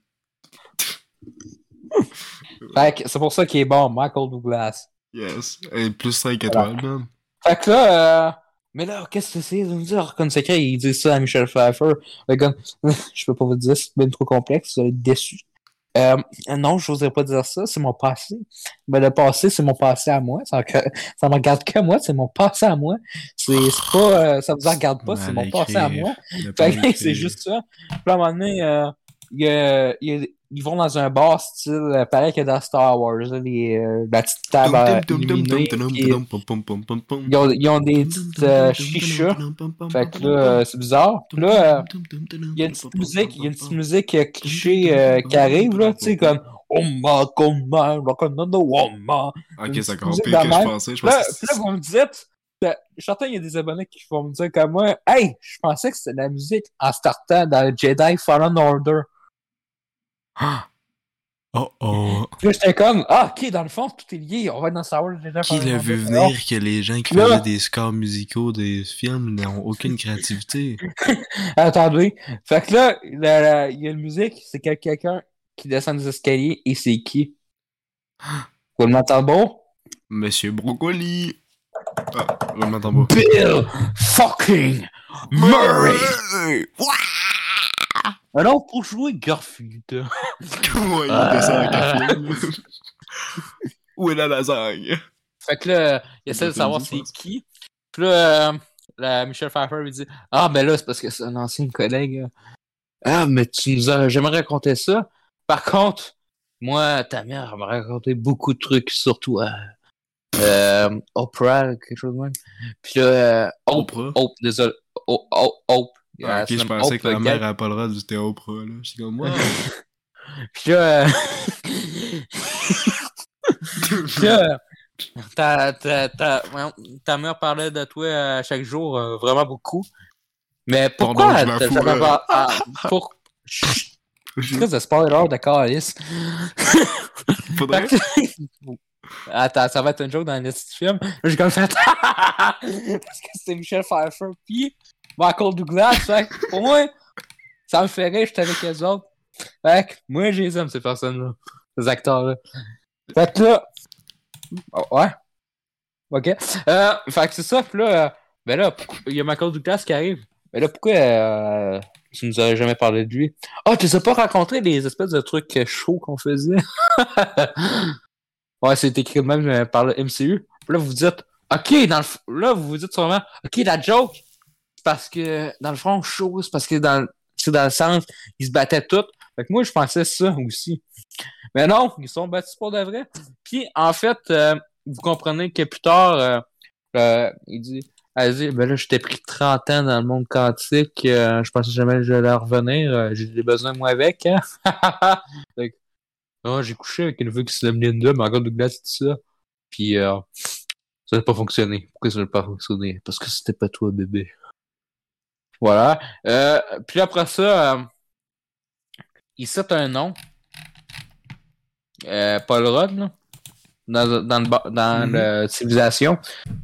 Fait que c'est pour ça qu'il est bon, Michael Douglas. Yes. Et plus 5 étoiles, man. Fait que là, mais là, qu'est-ce que c'est de me dire? Comme secret, il dit ça à Michelle Pfeiffer. Fait comme, je peux pas vous dire, c'est bien trop complexe, vous allez être déçus. Non, je n'oserais pas dire ça, c'est mon passé. Mais le passé, c'est mon passé à moi. Ça me regarde que moi, c'est mon passé à moi. C'est pas, ça vous regarde pas, c'est mon passé à moi. Fait que c'est juste ça. Puis à un moment donné, ils vont dans un bar style, pareil que dans Star Wars, là, la petite table illuminée. Ils ont des petites chichas. Fait que là, c'est bizarre. Puis là, il y a une petite musique cliché qui arrive, là, tu sais, comme Oh my god, like another woman. Ok, c'est encore pire que je pensais. Puis là, vous me dites, j'entends, il y a des abonnés qui vont me dire comme moi, hey, je pensais que c'était de la musique en startant dans Jedi Fallen Order. Oh oh. Puis là, j'étais comme, ok, dans le fond, tout est lié, on va être dans Star Ward. Qui l'a vu venir que les gens qui faisaient des scores musicaux des films n'ont aucune créativité? Attendez. Fait que là, il y a une musique, c'est quelqu'un qui descend des escaliers, et c'est qui? Roulement de tambour? Monsieur Brocoli. Ah, roulement de tambour. Bill fucking Murray! Alors, pour jouer Garfield. Ouais, il descend en Garfield. Où est la lasagne? Fait que là, il essaie de savoir c'est qui. Puis là, la Michelle Pfeiffer lui dit ah, ben là, c'est parce que c'est un ancien collègue. Ah, mais tu nous as jamais raconté ça. Par contre, moi, ta mère m'a raconté beaucoup de trucs sur toi. Oprah, quelque chose de même. Puis là, Hope, désolé. Hope. Ah, ok, je pensais que la mère avait pas le droit de dire Oprah, là. Je suis comme, moi. Puis là, ta mère parlait de toi chaque jour vraiment beaucoup. Mais pourquoi pour crise de spoiler de calice. Attends, ça va être une joke dans le petit film. J'ai comme fait parce que c'est Michelle Pfeiffer puis Michael Douglas. Fait que pour moi, ça me fait rire, j'étais avec eux autres. Fait que moi, je les aime, ces personnes-là. Ces acteurs-là. Fait que là. Oh, ouais. Ok. Fait que c'est ça. Puis là, ben là, il y a Michael Douglas qui arrive. Ben là, pourquoi tu nous as jamais parlé de lui? Ah, tu les as pas rencontré les espèces de trucs chauds qu'on faisait? Ouais, c'est écrit même par le MCU. Puis là, vous vous dites, ok, là, vous vous dites sûrement, ok, la joke, c'est parce que, dans le fond, chaud, c'est parce que c'est dans le sens, ils se battaient tous. Fait que moi, je pensais ça aussi. Mais non, ils sont battus pour de vrai. Puis, en fait, vous comprenez que plus tard, il dit, Elle dit, ben là, je t'ai pris 30 ans dans le monde quantique, je pensais jamais que j'allais revenir, j'ai des besoins, moi, avec, hein. Fait que, j'ai couché avec une fille qui s'appelle Linda, mais encore Douglas, tout ça. Puis, ça n'a pas fonctionné. Pourquoi ça n'a pas fonctionné? Parce que c'était pas toi, bébé. Voilà. Puis après ça, il cite un nom. Paul Rudd, là, dans la civilisation.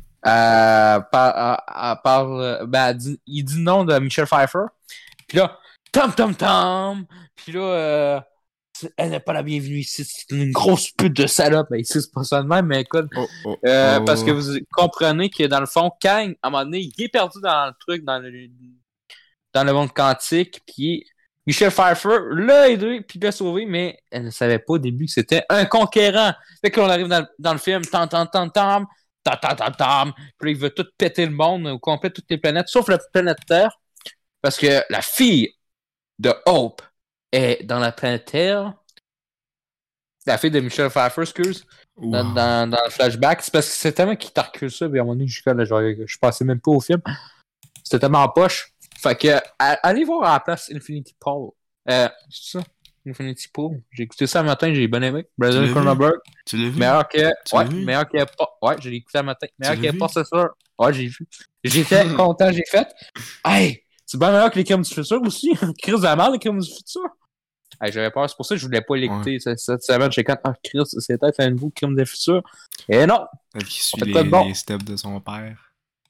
Il dit le nom de Michelle Pfeiffer. Puis là, tom. Puis là, elle n'est pas la bienvenue ici. C'est une grosse pute de salope. Mais ici, c'est pas ça de même, mais écoute. Parce que vous comprenez que dans le fond, Kang, à un moment donné, il est perdu dans le truc, dans le monde quantique. Puis Michelle Pfeiffer l'a aidé, puis l'a sauvé, mais elle ne savait pas au début que c'était un conquérant. Fait que là, on arrive dans le film, tam. Puis là, il veut tout péter le monde au complet, toutes les planètes, sauf la planète Terre. Parce que la fille de Hope est dans la planète Terre. La fille de Michelle Pfeiffer, excuse. Dans le flashback. C'est parce que c'est tellement qu'il t'a reculé ça, puis à un moment donné, je passais même pas au film. C'était tellement en poche. Fait que, allez voir à la place Infinity Pool. C'est ça? Infinity Pool. J'ai écouté ça le matin, j'ai bien aimé. Brandon Cronenberg. Tu l'as vu? Meilleur que. Ouais, j'ai écouté le matin. Meilleur que Possessor. Ouais, j'ai vu. J'étais content, j'ai fait. Hey, c'est bien meilleur que les Crimes du futur aussi. Chris de la merde, les Crimes du futur. Hey, j'avais peur, c'est pour ça que je voulais pas l'écouter cette semaine. J'ai quand Chris, c'est peut-être un nouveau Crime du futur. Et non! Il suit les steps de son père.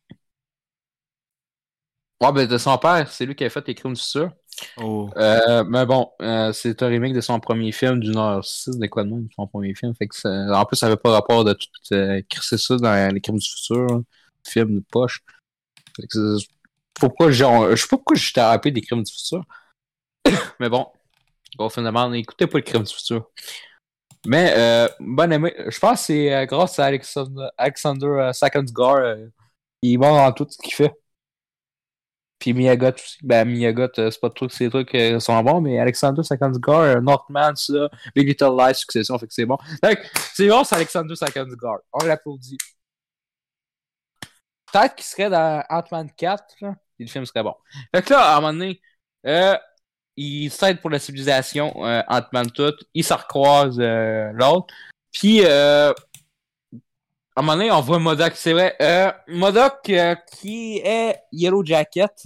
Ouais, ben de son père, c'est lui qui a fait les Crimes du futur. Mais bon, c'est un remake de son premier film d'1h06 de quoi de même, son premier film. Fait que en plus, ça avait pas rapport de tout crisser ça dans les Crimes du futur, hein, film de poche. Fait que je sais pas pourquoi j'étais rappelé des Crimes du futur. Mais bon, finalement, n'écoutez pas les Crimes du futur. Mais bon aimé, je pense que c'est grâce à Alexander Skarsgård, il est bon dans tout ce qu'il fait. Puis Miyagot aussi. Ben, Miyagot, c'est pas trop que ces trucs sont bons, mais Alexander Skarsgård, Northman, ça, Big Little Lies, Succession, fait que c'est bon. Donc, c'est bon, c'est Alexander Skarsgård. On l'applaudit. Peut-être qu'il serait dans Ant-Man 4, là, et le film serait bon. Fait que là, à un moment donné, il s'aide pour la civilisation, Ant-Man tout, il se recroise l'autre. Puis, à un moment donné, on voit MODOK, c'est vrai. MODOK qui est Yellow Jacket.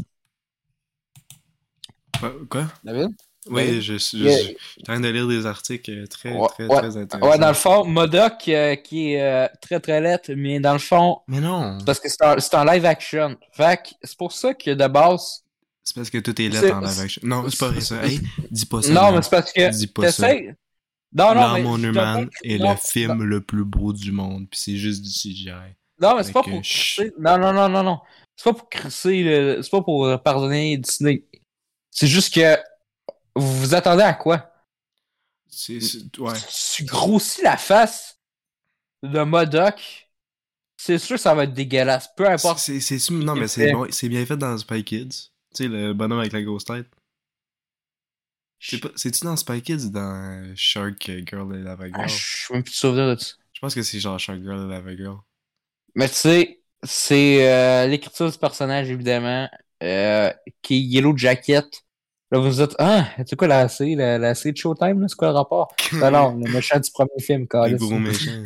Quoi? David? Oui, je suis en train de lire des articles très intéressants. Ouais, dans le fond, MODOK qui est très très lettre, mais dans le fond... Mais non! Parce que c'est en live action. Fait que c'est pour ça que de base... C'est parce que tout est lettre en live action. Non, c'est pas vrai ça. Hey, dis pas ça. Non, mais c'est parce que... Dis pas ça. Non, mais Man est le film le plus beau du monde, puis c'est juste du CGI. Non, mais c'est pas pour crisser... Non. C'est pas pour crisser... C'est pas pour pardonner Disney. C'est juste que... Vous vous attendez à quoi? Ouais. Tu grossis la face de MODOK, c'est sûr que ça va être dégueulasse. Peu importe. Non, mais c'est bien fait dans Spy Kids. Tu sais, le bonhomme avec la grosse tête. C'est-tu dans Spy Kids ou dans Shark Girl et Lava Girl? Je suis même plus souvenir de ça. Je pense que c'est genre Shark Girl et Lava Girl. Mais tu sais, c'est l'écriture du personnage, évidemment, qui est Yellow Jacket. Là, vous dites, c'est quoi la série de Showtime, là? C'est quoi le rapport? Non, le méchant du premier film, quand même. Les gros méchants.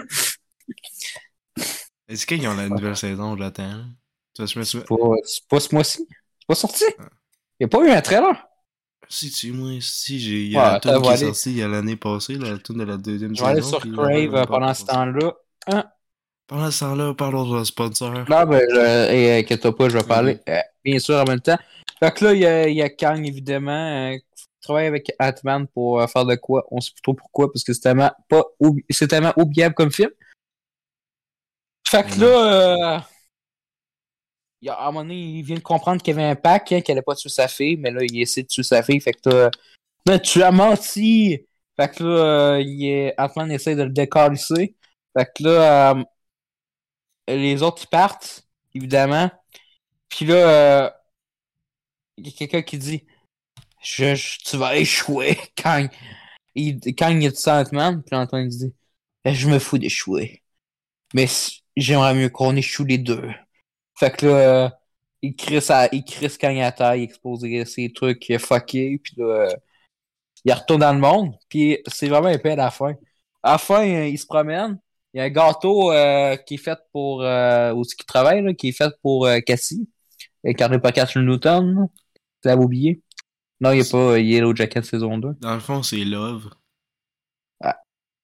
Est-ce qu'ils ont la nouvelle saison, j'attends? C'est pas ce mois-ci? C'est pas sorti? Il n'y a pas eu un trailer? Il y a un tune qui est sorti il y a l'année passée, la tune de la deuxième saison. Je vais aller sur Crave pendant ce temps-là. Pendant ce temps-là, parlons de sponsor. Non, ben, inquiète-toi pas, je vais parler, bien sûr, en même temps. Fait que là, il y a Kang, évidemment, qui travaille avec Ant-Man pour faire de quoi. On sait plus trop pourquoi, parce que c'est tellement oubliable comme film. Fait que là, à un moment donné, il vient de comprendre qu'il y avait un pack, qu'il allait pas tuer sa fille, mais là, il essaie de tuer sa fille. Fait que là, mais tu as menti! Fait que là, Ant-Man essaie de le décalisser. Fait que là, les autres, ils partent, évidemment. Puis là, il y a quelqu'un qui dit tu vas échouer quand il dit ça à Ant-Man, puis Ant-Man dit je me fous d'échouer. Mais j'aimerais mieux qu'on échoue les deux. Fait que là, il crisse quand il attaque, il expose ses trucs fuckés, puis là, il retourne dans le monde, puis c'est vraiment épais à la fin. À la fin, il se promène, il y a un gâteau qui est fait pour... où est-ce qu'il travaille, là, qui est fait pour Cassie, incarné par Catherine Newton, là. Tu l'avais oublié? Non, il n'y a pas Yellow Jacket saison 2. Dans le fond, c'est Love. Ah.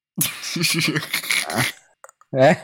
Hein?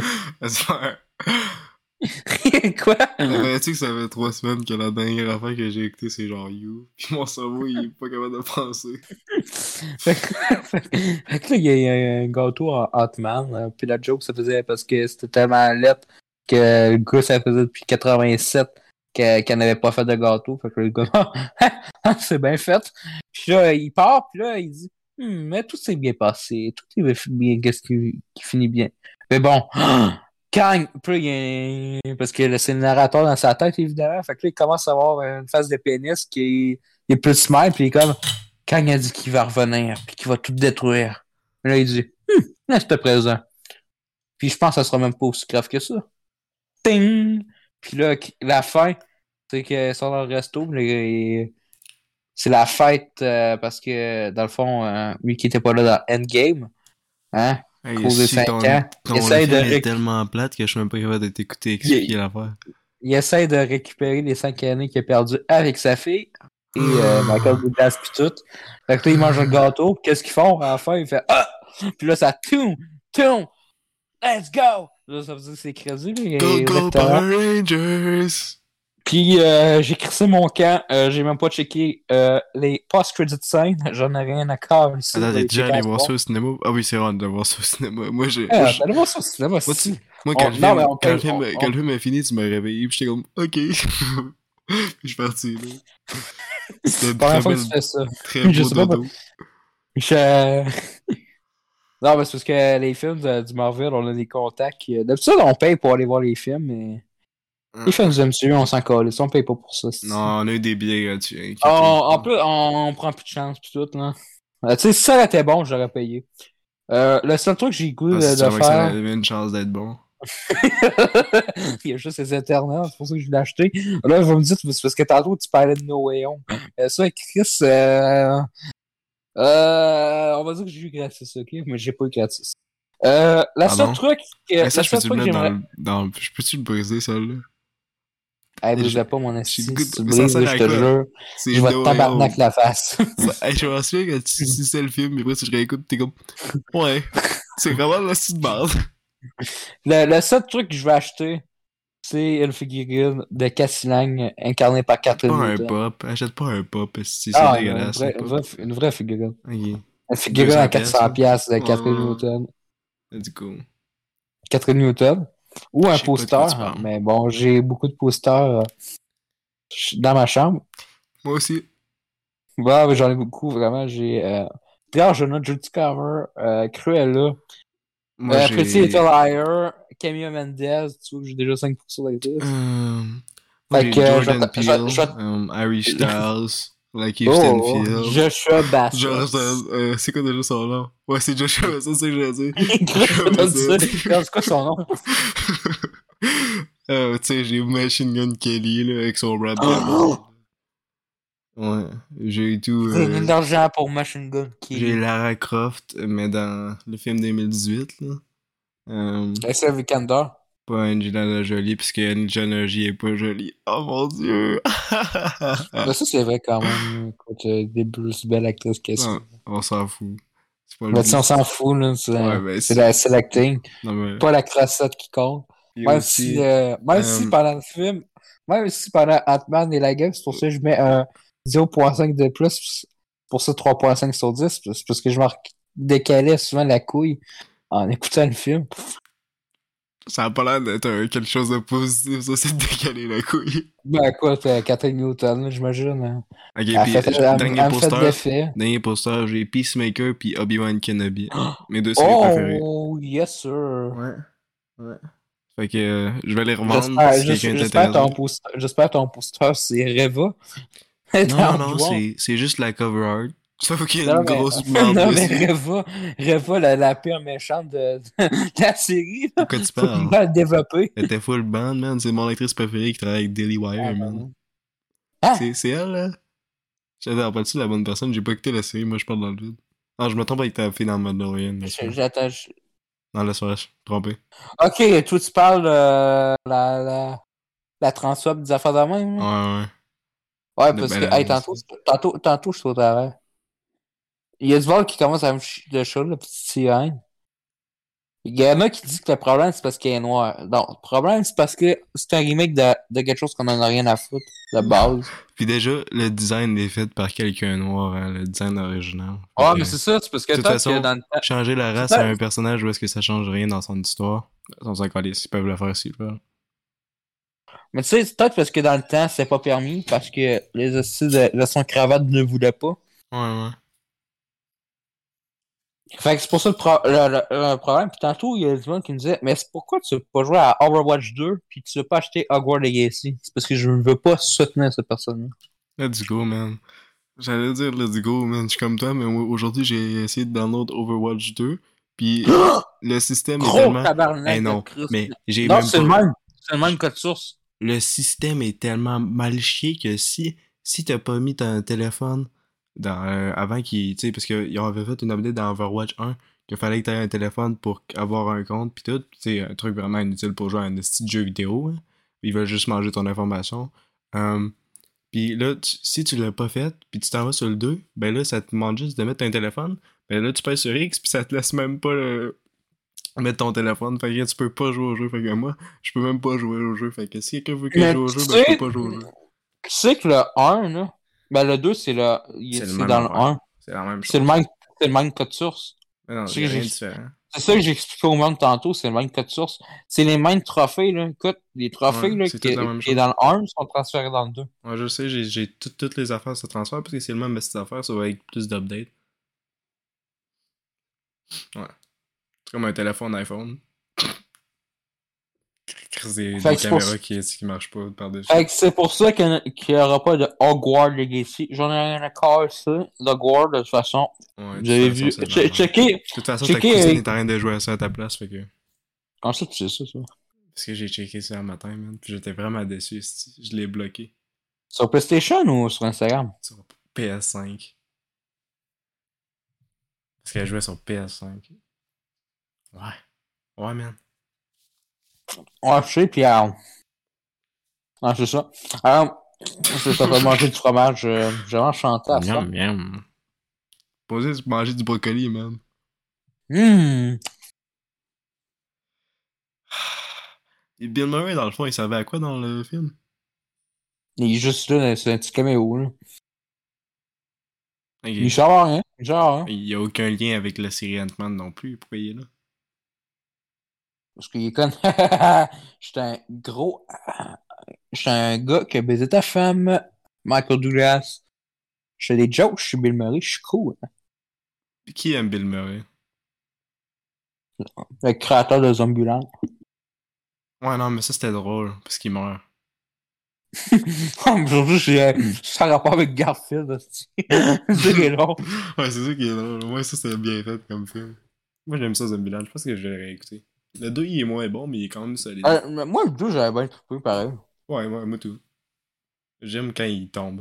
Quoi? Tu que ça fait 3 semaines que la dernière affaire que j'ai écoutée, c'est genre You. Puis mon cerveau, il est pas capable de penser. Fait que là, il y a un gâteau en Hotman. Puis la joke, ça faisait parce que c'était tellement lettre que le gars, ça faisait depuis 87 qu'elle n'avait pas fait de gâteau. Fait que le gars, c'est bien fait. Puis là, il part, puis là, il dit, mais tout s'est bien passé. Tout est bien, qu'est-ce qui finit bien. Mais bon, quand, puis il y a parce que c'est le narrateur dans sa tête, évidemment. Fait que là, il commence à avoir une face de pénis qui est plus smile, puis il est comme, quand il a dit qu'il va revenir, puis qu'il va tout détruire. Là, il dit, reste présent. Puis je pense que ça sera même pas aussi grave que ça. Ting! Puis là, la fin, c'est qu'ils sont dans le resto, c'est la fête parce que, dans le fond, lui qui était pas là dans Endgame, hein, Hey, cause de 5 ans, il essaie de est tellement plate que je suis même pas capable de t'écouter expliquer l'affaire. Il essaie de récupérer les 5 années qu'il a perdues avec sa fille et Michael Douglas pis tout. Fait que là, il mange le gâteau, pis qu'est-ce qu'ils font? À la fin, il fait ah! Puis là, ça tourne, let's go! Là, ça veut dire que c'est crédit. Go Power Rangers! Puis j'ai crissé mon camp, j'ai même pas checké les post-credit scènes, j'en ai rien à faire ici. Attends, t'es déjà allé voir ça au cinéma? Ah oui, c'est rare de voir ça au cinéma. Moi, allez voir ça au cinéma, si. Moi, quand le film est fini, tu m'as réveillé, pis j'étais comme, ok. Puis je suis parti, là. C'était une très belle, très beau dodo. Non, mais c'est parce que les films du Marvel, on a des contacts. D'habitude, on paye pour aller voir les films, mais les films du MCU, on s'en colle. On paye pas pour ça. Non, on a eu des billets gratuits. En plus, on prend plus de chance pis tout, là. Tu sais, si ça était bon, j'aurais payé. Le seul truc que j'ai goût de faire... Ça avait une chance d'être bon. Il y a juste les internets, c'est pour ça que je l'ai acheté. Là, vous me dites, c'est parce que tantôt, tu parlais de No Way Home. Ça, Chris... on va dire que j'ai eu gratis, ok? Mais j'ai pas eu gratis. La seule truc... ça, je peux-tu le mettre dans... Je peux-tu le briser, ça, là? Hey, brise pas mon esti. Si tu brises, je te jure, je vais te tabarnak la face. Je me souviens que tu sais le film, mais après, si je réécoute, t'es comme... Ouais, c'est vraiment la petite base. Le seul truc que je vais acheter, c'est une figurine de Cassie Lang incarnée par Catherine Newton. Pas un pop. Achète pas un pop, c'est dégueulasse. Une vraie figurine. Okay. Une figurine à 400$ de Catherine Newton. Du coup. Catherine Newton. Ou un poster. Mais bon, j'ai beaucoup de posters dans ma chambre. Moi aussi. Ouais, j'en ai beaucoup, vraiment. J'ai... D'ailleurs, je note Judy Comer, Cruella. Pretty Little Liar, Camille Mendez, tu vois que j'ai déjà 5% d'actifs. Fait que Jordan Peele, Harry Styles, Lakeith Stanfield. Joshua Bassett. C'est quoi déjà son nom? Ouais, c'est Joshua Bassett, c'est ce que je veux dire. C'est quoi son nom? Tu sais, j'ai Machine Gun Kelly, là, avec son rap. Ouais, j'ai tout. J'ai de l'argent pour Machine Gun Kelly. J'ai Lara Croft, mais dans le film 2018, là. Alicia Vikander. Pas Angelina Jolie, puisque Angelina Jolie est pas jolie. Oh mon dieu! Ça, c'est vrai quand même. Écoute, des plus belles actrices que ça. On s'en fout. Mais si on s'en fout, là, c'est l'acting. Mais... Pas la crossette qui compte. Même si pendant le film, même si pendant Ant-Man et la gueule, c'est pour ça que je mets un 0.5 de plus pour ça 3.5 sur 10. C'est parce que je me décalais souvent la couille en écoutant le film. Ça a pas l'air d'être quelque chose de positif, ça, c'est de décaler la couille. Ben quoi, t'as Catherine Newton, j'imagine. Hein. Ok, puis dernier poster, j'ai Peacemaker puis Obi-Wan Kenobi. Mes deux séries préférées. Oh, yes sir. Ouais. Fait que je vais les revendre si quelqu'un est intéressé. J'espère ton poster, c'est Reva. Non, c'est juste la cover art. Ça faut qu'il y ait Non, une mais, grosse bande non, mais dessus. Reva, la pire méchante de la série, là. Pourquoi tu Faut qu'il parles? va le développer. Elle était full band, man. C'est mon actrice préférée qui travaille avec Daily Ah, Wire, man. non. Ah! C'est elle, là? J'adore, pas tu la bonne personne? J'ai pas écouté la série, moi je parle dans le vide. Ah, je me trompe avec ta fille dans Mandalorian. J'attends. Non, laisse-moi, je suis trompé. Ok, toi, tu parles la transweb des affaires de même, Ouais, là? ouais. Ouais, De parce que, balade, hey, tantôt, je suis au travail. Il y a du monde qui commence à me chier de chaud, la petite sirène. Il y en a qui disent que le problème, c'est parce qu'elle est noire. Non, le problème, c'est parce que c'est un remake de quelque chose qu'on en a rien à foutre, de base. Puis déjà, le design est fait par quelqu'un noir, hein, le design original. Ah, Fait mais que, c'est ça, c'est parce que de toute toi, façon, que dans le temps. changer la race C'est à ça. un personnage où est-ce que ça change rien dans son histoire. Sans ça, ils peuvent le faire s'ils veulent. Mais tu sais, c'est peut-être parce que dans le temps, c'est pas permis, parce que les hosties de son cravate ne voulaient pas. Ouais, ouais. Fait que c'est pour ça le problème. Puis tantôt, il y a du monde qui me disait, mais c'est pourquoi tu veux pas jouer à Overwatch 2 puis tu veux pas acheter Hogwarts Legacy? C'est parce que je ne veux pas soutenir cette personne-là. Let's go, man. J'allais dire let's go, man. Je suis comme toi, mais moi, aujourd'hui, j'ai essayé de download Overwatch 2. Puis le système est Gros tellement. tabarnak Eh non, de Christ. mais j'ai Non, même c'est pas. le même. C'est le même code source. Le système est tellement mal chié que si t'as pas mis ton téléphone dans avant qu'il, tu sais, parce qu'ils avaient fait une update dans Overwatch 1 qu'il fallait que t'aies un téléphone pour avoir un compte pis tout, c'est un truc vraiment inutile pour jouer à un petit jeu vidéo, hein. Ils veulent juste manger ton information. Puis là, si tu l'as pas fait, puis tu t'en vas sur le 2, ben là, ça te demande juste de mettre un téléphone. Ben là, tu pèses sur X, puis ça te laisse même pas mettre ton téléphone. Fait que tu peux pas jouer au jeu. Fait que moi, je peux même pas jouer au jeu. Fait que si quelqu'un veut que je Mais joue au tu jeu, ben je sais, peux pas jouer au jeu. tu sais que le 1, là, ben le 2, c'est dans le 1. C'est la même chose. C'est le même code source. Mais non, C'est il y a que rien j'ai- de différent. C'est ça que j'ai expliqué au monde tantôt, c'est le même code source. C'est les mêmes trophées, là. Écoute, les trophées, Ouais, là, c'est tout la même qui est chose. dans le 1 sont transférés dans le 2. Ouais, je sais, j'ai toutes les affaires se transfèrent parce que c'est le même petite affaire, ça va avec plus d'updates. Ouais. C'est comme un téléphone iPhone. Des Fait que c'est pour caméras qui marchent pas par-dessus. Fait que c'est pour ça qu'il n'y aura pas de Hogwarts Legacy. J'en ai rien à faire, ça. Hogwarts, de toute façon. Ouais, Vous avez vu. Checker. De toute façon, ta Checker cousine avec- est en train de jouer à ça à ta place, fait que. Comment ça, tu sais ça? Parce que j'ai checké ça un matin, man. Puis j'étais vraiment déçu, je l'ai bloqué. Sur PlayStation ou sur Instagram? Sur PS5. Parce qu'elle jouait sur PS5. Ouais. Ouais, man. Ouais, je sais, puis ouais, c'est ça. Je vais pas manger du fromage. J'ai vraiment chanté à ça. Miam, miam. Posez manger du brocoli, man. Et Bill Murray, dans le fond, il savait à quoi dans le film? Il est juste là, c'est un petit caméo, là. Ok. Il sert à rien. Il sert à rien. Il y a aucun lien avec la série Ant-Man non plus. Pourquoi il est là? Parce qu'il est con. J'étais un gros. J'étais un gars qui a baisé ta femme, Michael Douglas. Je fais des jokes, je suis Bill Murray, je suis cool. Qui aime Bill Murray? Le créateur de Zombieland. Ouais, non, mais ça c'était drôle, parce qu'il meurt. Aujourd'hui, j'ai un rapport avec Garfield aussi. C'est long. Ouais, c'est ça qui est drôle. Ouais, ça c'était bien fait comme film. Moi j'aime ça Zombieland, je pense que je vais le réécouter. Le 2 il est moins bon, mais il est quand même solide. Moi, le 2, j'avais bien trouvé pareil. Ouais, moi tout. J'aime quand il tombe.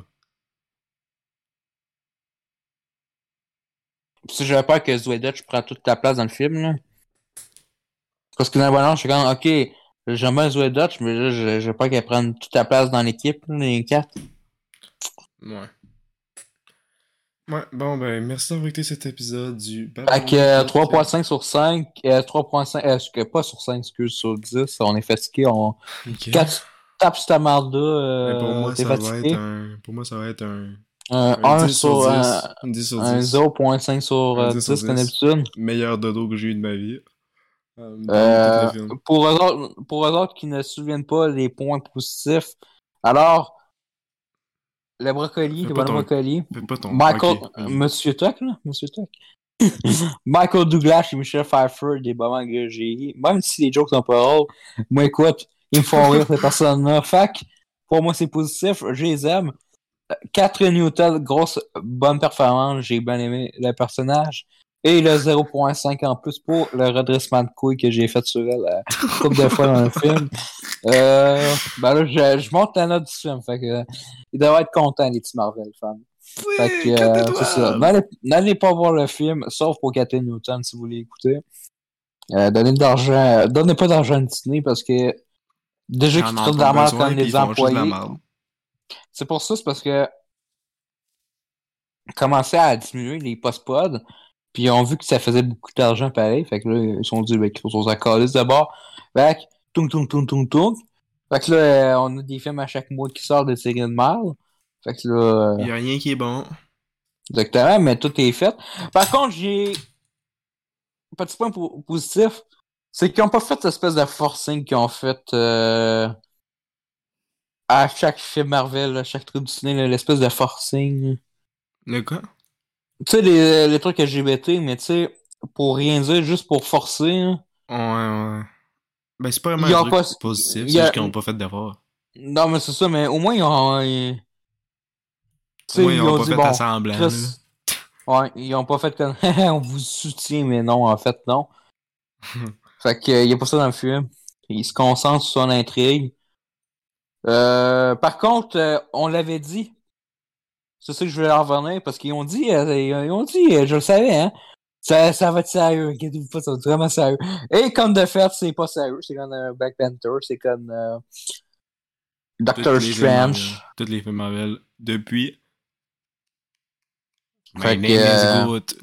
Si j'avais peur que Zoé Dutch prenne toute ta place dans le film, là. Parce que dans le balance, je suis comme, ok, j'aime bien Zoé Dutch, mais là, j'ai peur qu'elle prenne toute ta place dans l'équipe, là, les 4. Ouais. Ouais, bon ben, merci d'avoir écouté cet épisode du Fait que 3.5 sur 5, 3.5, pas sur 5, excuse, sur 10, on est fatigué, on... Ok. 4 tapes sur ta marde Mais pour moi, t'es ça va fatigué. être un. Pour moi, ça va être un. Un 10 1 sur 10. 1, Un 10 sur un 10. 0.5 sur Un 10 sur 10 comme 10. d'habitude. Meilleur dodo que j'ai eu de ma vie. Dans tout le film. Pour eux autres qui ne se souviennent pas des points positifs, alors, le brocoli, Fais le pas bon ton- brocoli, Fais pas ton. Michael, Ok, vas-y. Monsieur Tuck, là, Monsieur Tuck. Michael Douglas et Michel Pfeiffer, des moments que j'ai ri. Même si les jokes sont pas drôles, moi écoute, ils me font rire ces personnes-là. Fait que, pour moi c'est positif, je les aime. Catherine Newton, grosse bonne performance, j'ai bien aimé le personnage. Et le 0.5 en plus pour le redressement de couilles que j'ai fait sur elle une couple de fois dans le film. Ben là, je monte la note du film. Fait que, ils devraient être contents, les petits Marvel fans. Oui, Fait que, 4 c'est ça. étoiles! N'allez pas voir le film, sauf pour Catherine Newton si vous voulez écouter. Donnez de l'argent. Donnez pas d'argent à Disney parce que déjà qu'ils traitent de la merde comme les employés. C'est pour ça, c'est parce que commençaient à diminuer les post-pods, puis ils ont vu que ça faisait beaucoup d'argent pareil, fait que là, ils se sont dit, ben, qu'ils sont à calice d'abord. Fait que, toum, toum, toum, toum, toum. Fait que là, on a des films à chaque mois qui sortent de séries de mal. Fait que là. Il y a rien qui est bon. Exactement, mais tout est fait. Par contre, j'ai. Petit point positif, c'est qu'ils ont pas fait cette espèce de forcing qu'ils ont fait à chaque film Marvel, à chaque truc du ciné, l'espèce de forcing. Le quoi? Tu sais, les trucs LGBT, mais tu sais, pour rien dire, juste pour forcer. Hein. Ouais. Ben, c'est pas vraiment Ils un ont truc pas... positif, c'est juste qu'ils ont pas fait d'effort. Non, mais c'est ça, mais au moins, ils ont... Au moins, ils ont pas dit, fait bon, assemblant, là. Ouais, ils ont pas fait comme... on vous soutient, mais non, en fait, non. Fait que, y a pas ça dans le film. Ils se concentrent sur son intrigue. Par contre, on l'avait dit. C'est ça que je voulais en revenir, parce qu'ils ont dit, je le savais, hein. Ça va être sérieux, inquiétez-vous pas, ça va être vraiment sérieux. Et comme de fait, c'est pas sérieux, c'est comme Black Panther, c'est comme Doctor Strange. Toutes les films Marvel depuis. Fait My que, name is Groot.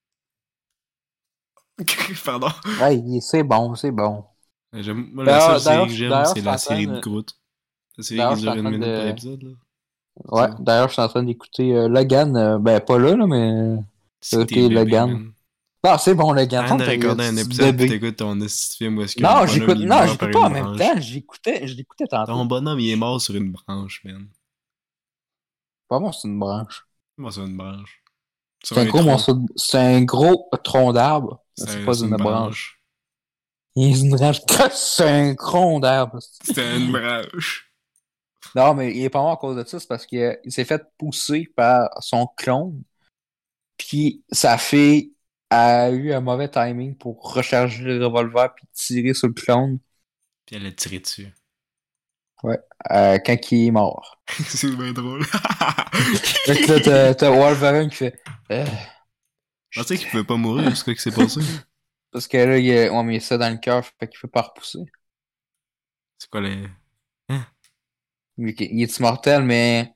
Pardon. Ouais, c'est bon. Moi, la seule série que j'aime, d'ailleurs, c'est la série de Groot. La série d'ailleurs, qui dure une minute par épisode, là. Ouais, d'ailleurs, je suis en train d'écouter Logan, ben pas là, mais C'était Logan. man. Non, c'est bon, Logan. Arrête de regarder un épisode pis t'écoutes ton film où est-ce que non, le j'écoute, bonhomme, non, il meurt j'écoute par pas en une même branche. temps, je l'écoutais tantôt. Ton bonhomme, il est mort sur une branche, man. Pas bon, c'est une branche. Moi, c'est une branche. C'est un gros tronc d'arbre. C'est pas une branche. branche. Il est une branche. C'est un tronc d'arbre. C'était une branche. Non, mais il est pas mort à cause de ça, c'est parce qu'il s'est fait pousser par son clone. Puis sa fille a eu un mauvais timing pour recharger le revolver puis tirer sur le clone. Puis elle a tiré dessus. Ouais. Quand il est mort. C'est bien drôle. Fait que là, t'as Wolverine qui fait. Je pensais qu'il pouvait pas mourir, c'est quoi qui s'est passé? Parce que là, on met ça dans le cœur, fait qu'il peut pas repousser. C'est quoi les. Il est immortel, mais.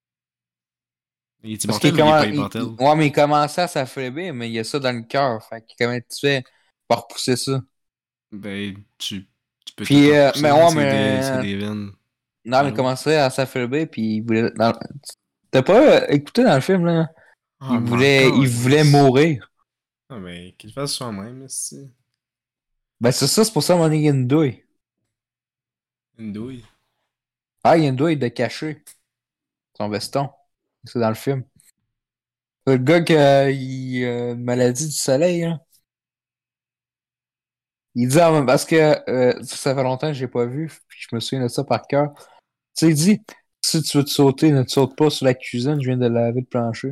Il est immortel, mais il est pas immortel. Ouais, mais il commençait à s'affaiblir, mais il y a ça dans le cœur. Fait que comment tu fais pour repousser ça? Ben, tu peux Puis, repousser, mais ouais, mais. C'est des veines. Non, mais il commençait à s'affaiblir, puis il voulait. T'as pas écouté dans le film, là? Il voulait mourir. Ah, mais qu'il fasse soi-même, aussi. Ben, c'est pour ça qu'on est une douille. Une douille. Ah, il y a une douille de caché. Son veston. C'est dans le film. Le gars qui a une maladie du soleil, là. Il dit, parce que ça fait longtemps que j'ai pas vu, puis je me souviens de ça par cœur. Tu sais, il dit, si tu veux te sauter, ne te saute pas sur la cuisine, je viens de laver le plancher.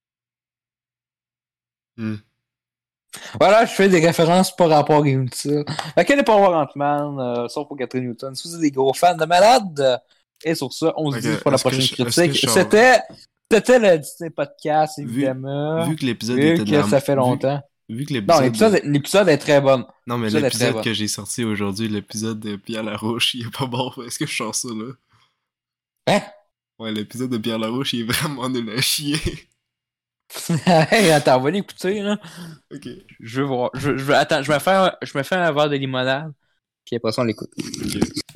Voilà, je fais des références par rapport à inutiles. Laquelle n'est pas voir Ant-Man, sauf pour Catherine Newton. Si vous êtes des gros fans de malade, et sur ça, on se dit pour la prochaine critique. C'était le Disney Podcast, évidemment. Vu que l'épisode était de ça fait longtemps. Vu que l'épisode... Non, l'épisode est très bon. Non, mais l'épisode que j'ai sorti aujourd'hui, l'épisode de Pierre Larouche, il est pas bon. Est-ce que je sors ça, là? Hein? Ouais, l'épisode de Pierre Larouche, il est vraiment nul à chier. Hey, attends, on va l'écouter, là. Ok. Je veux voir. Attends, je me fais un verre de limonade, puis après ça, on l'écoute. Ok.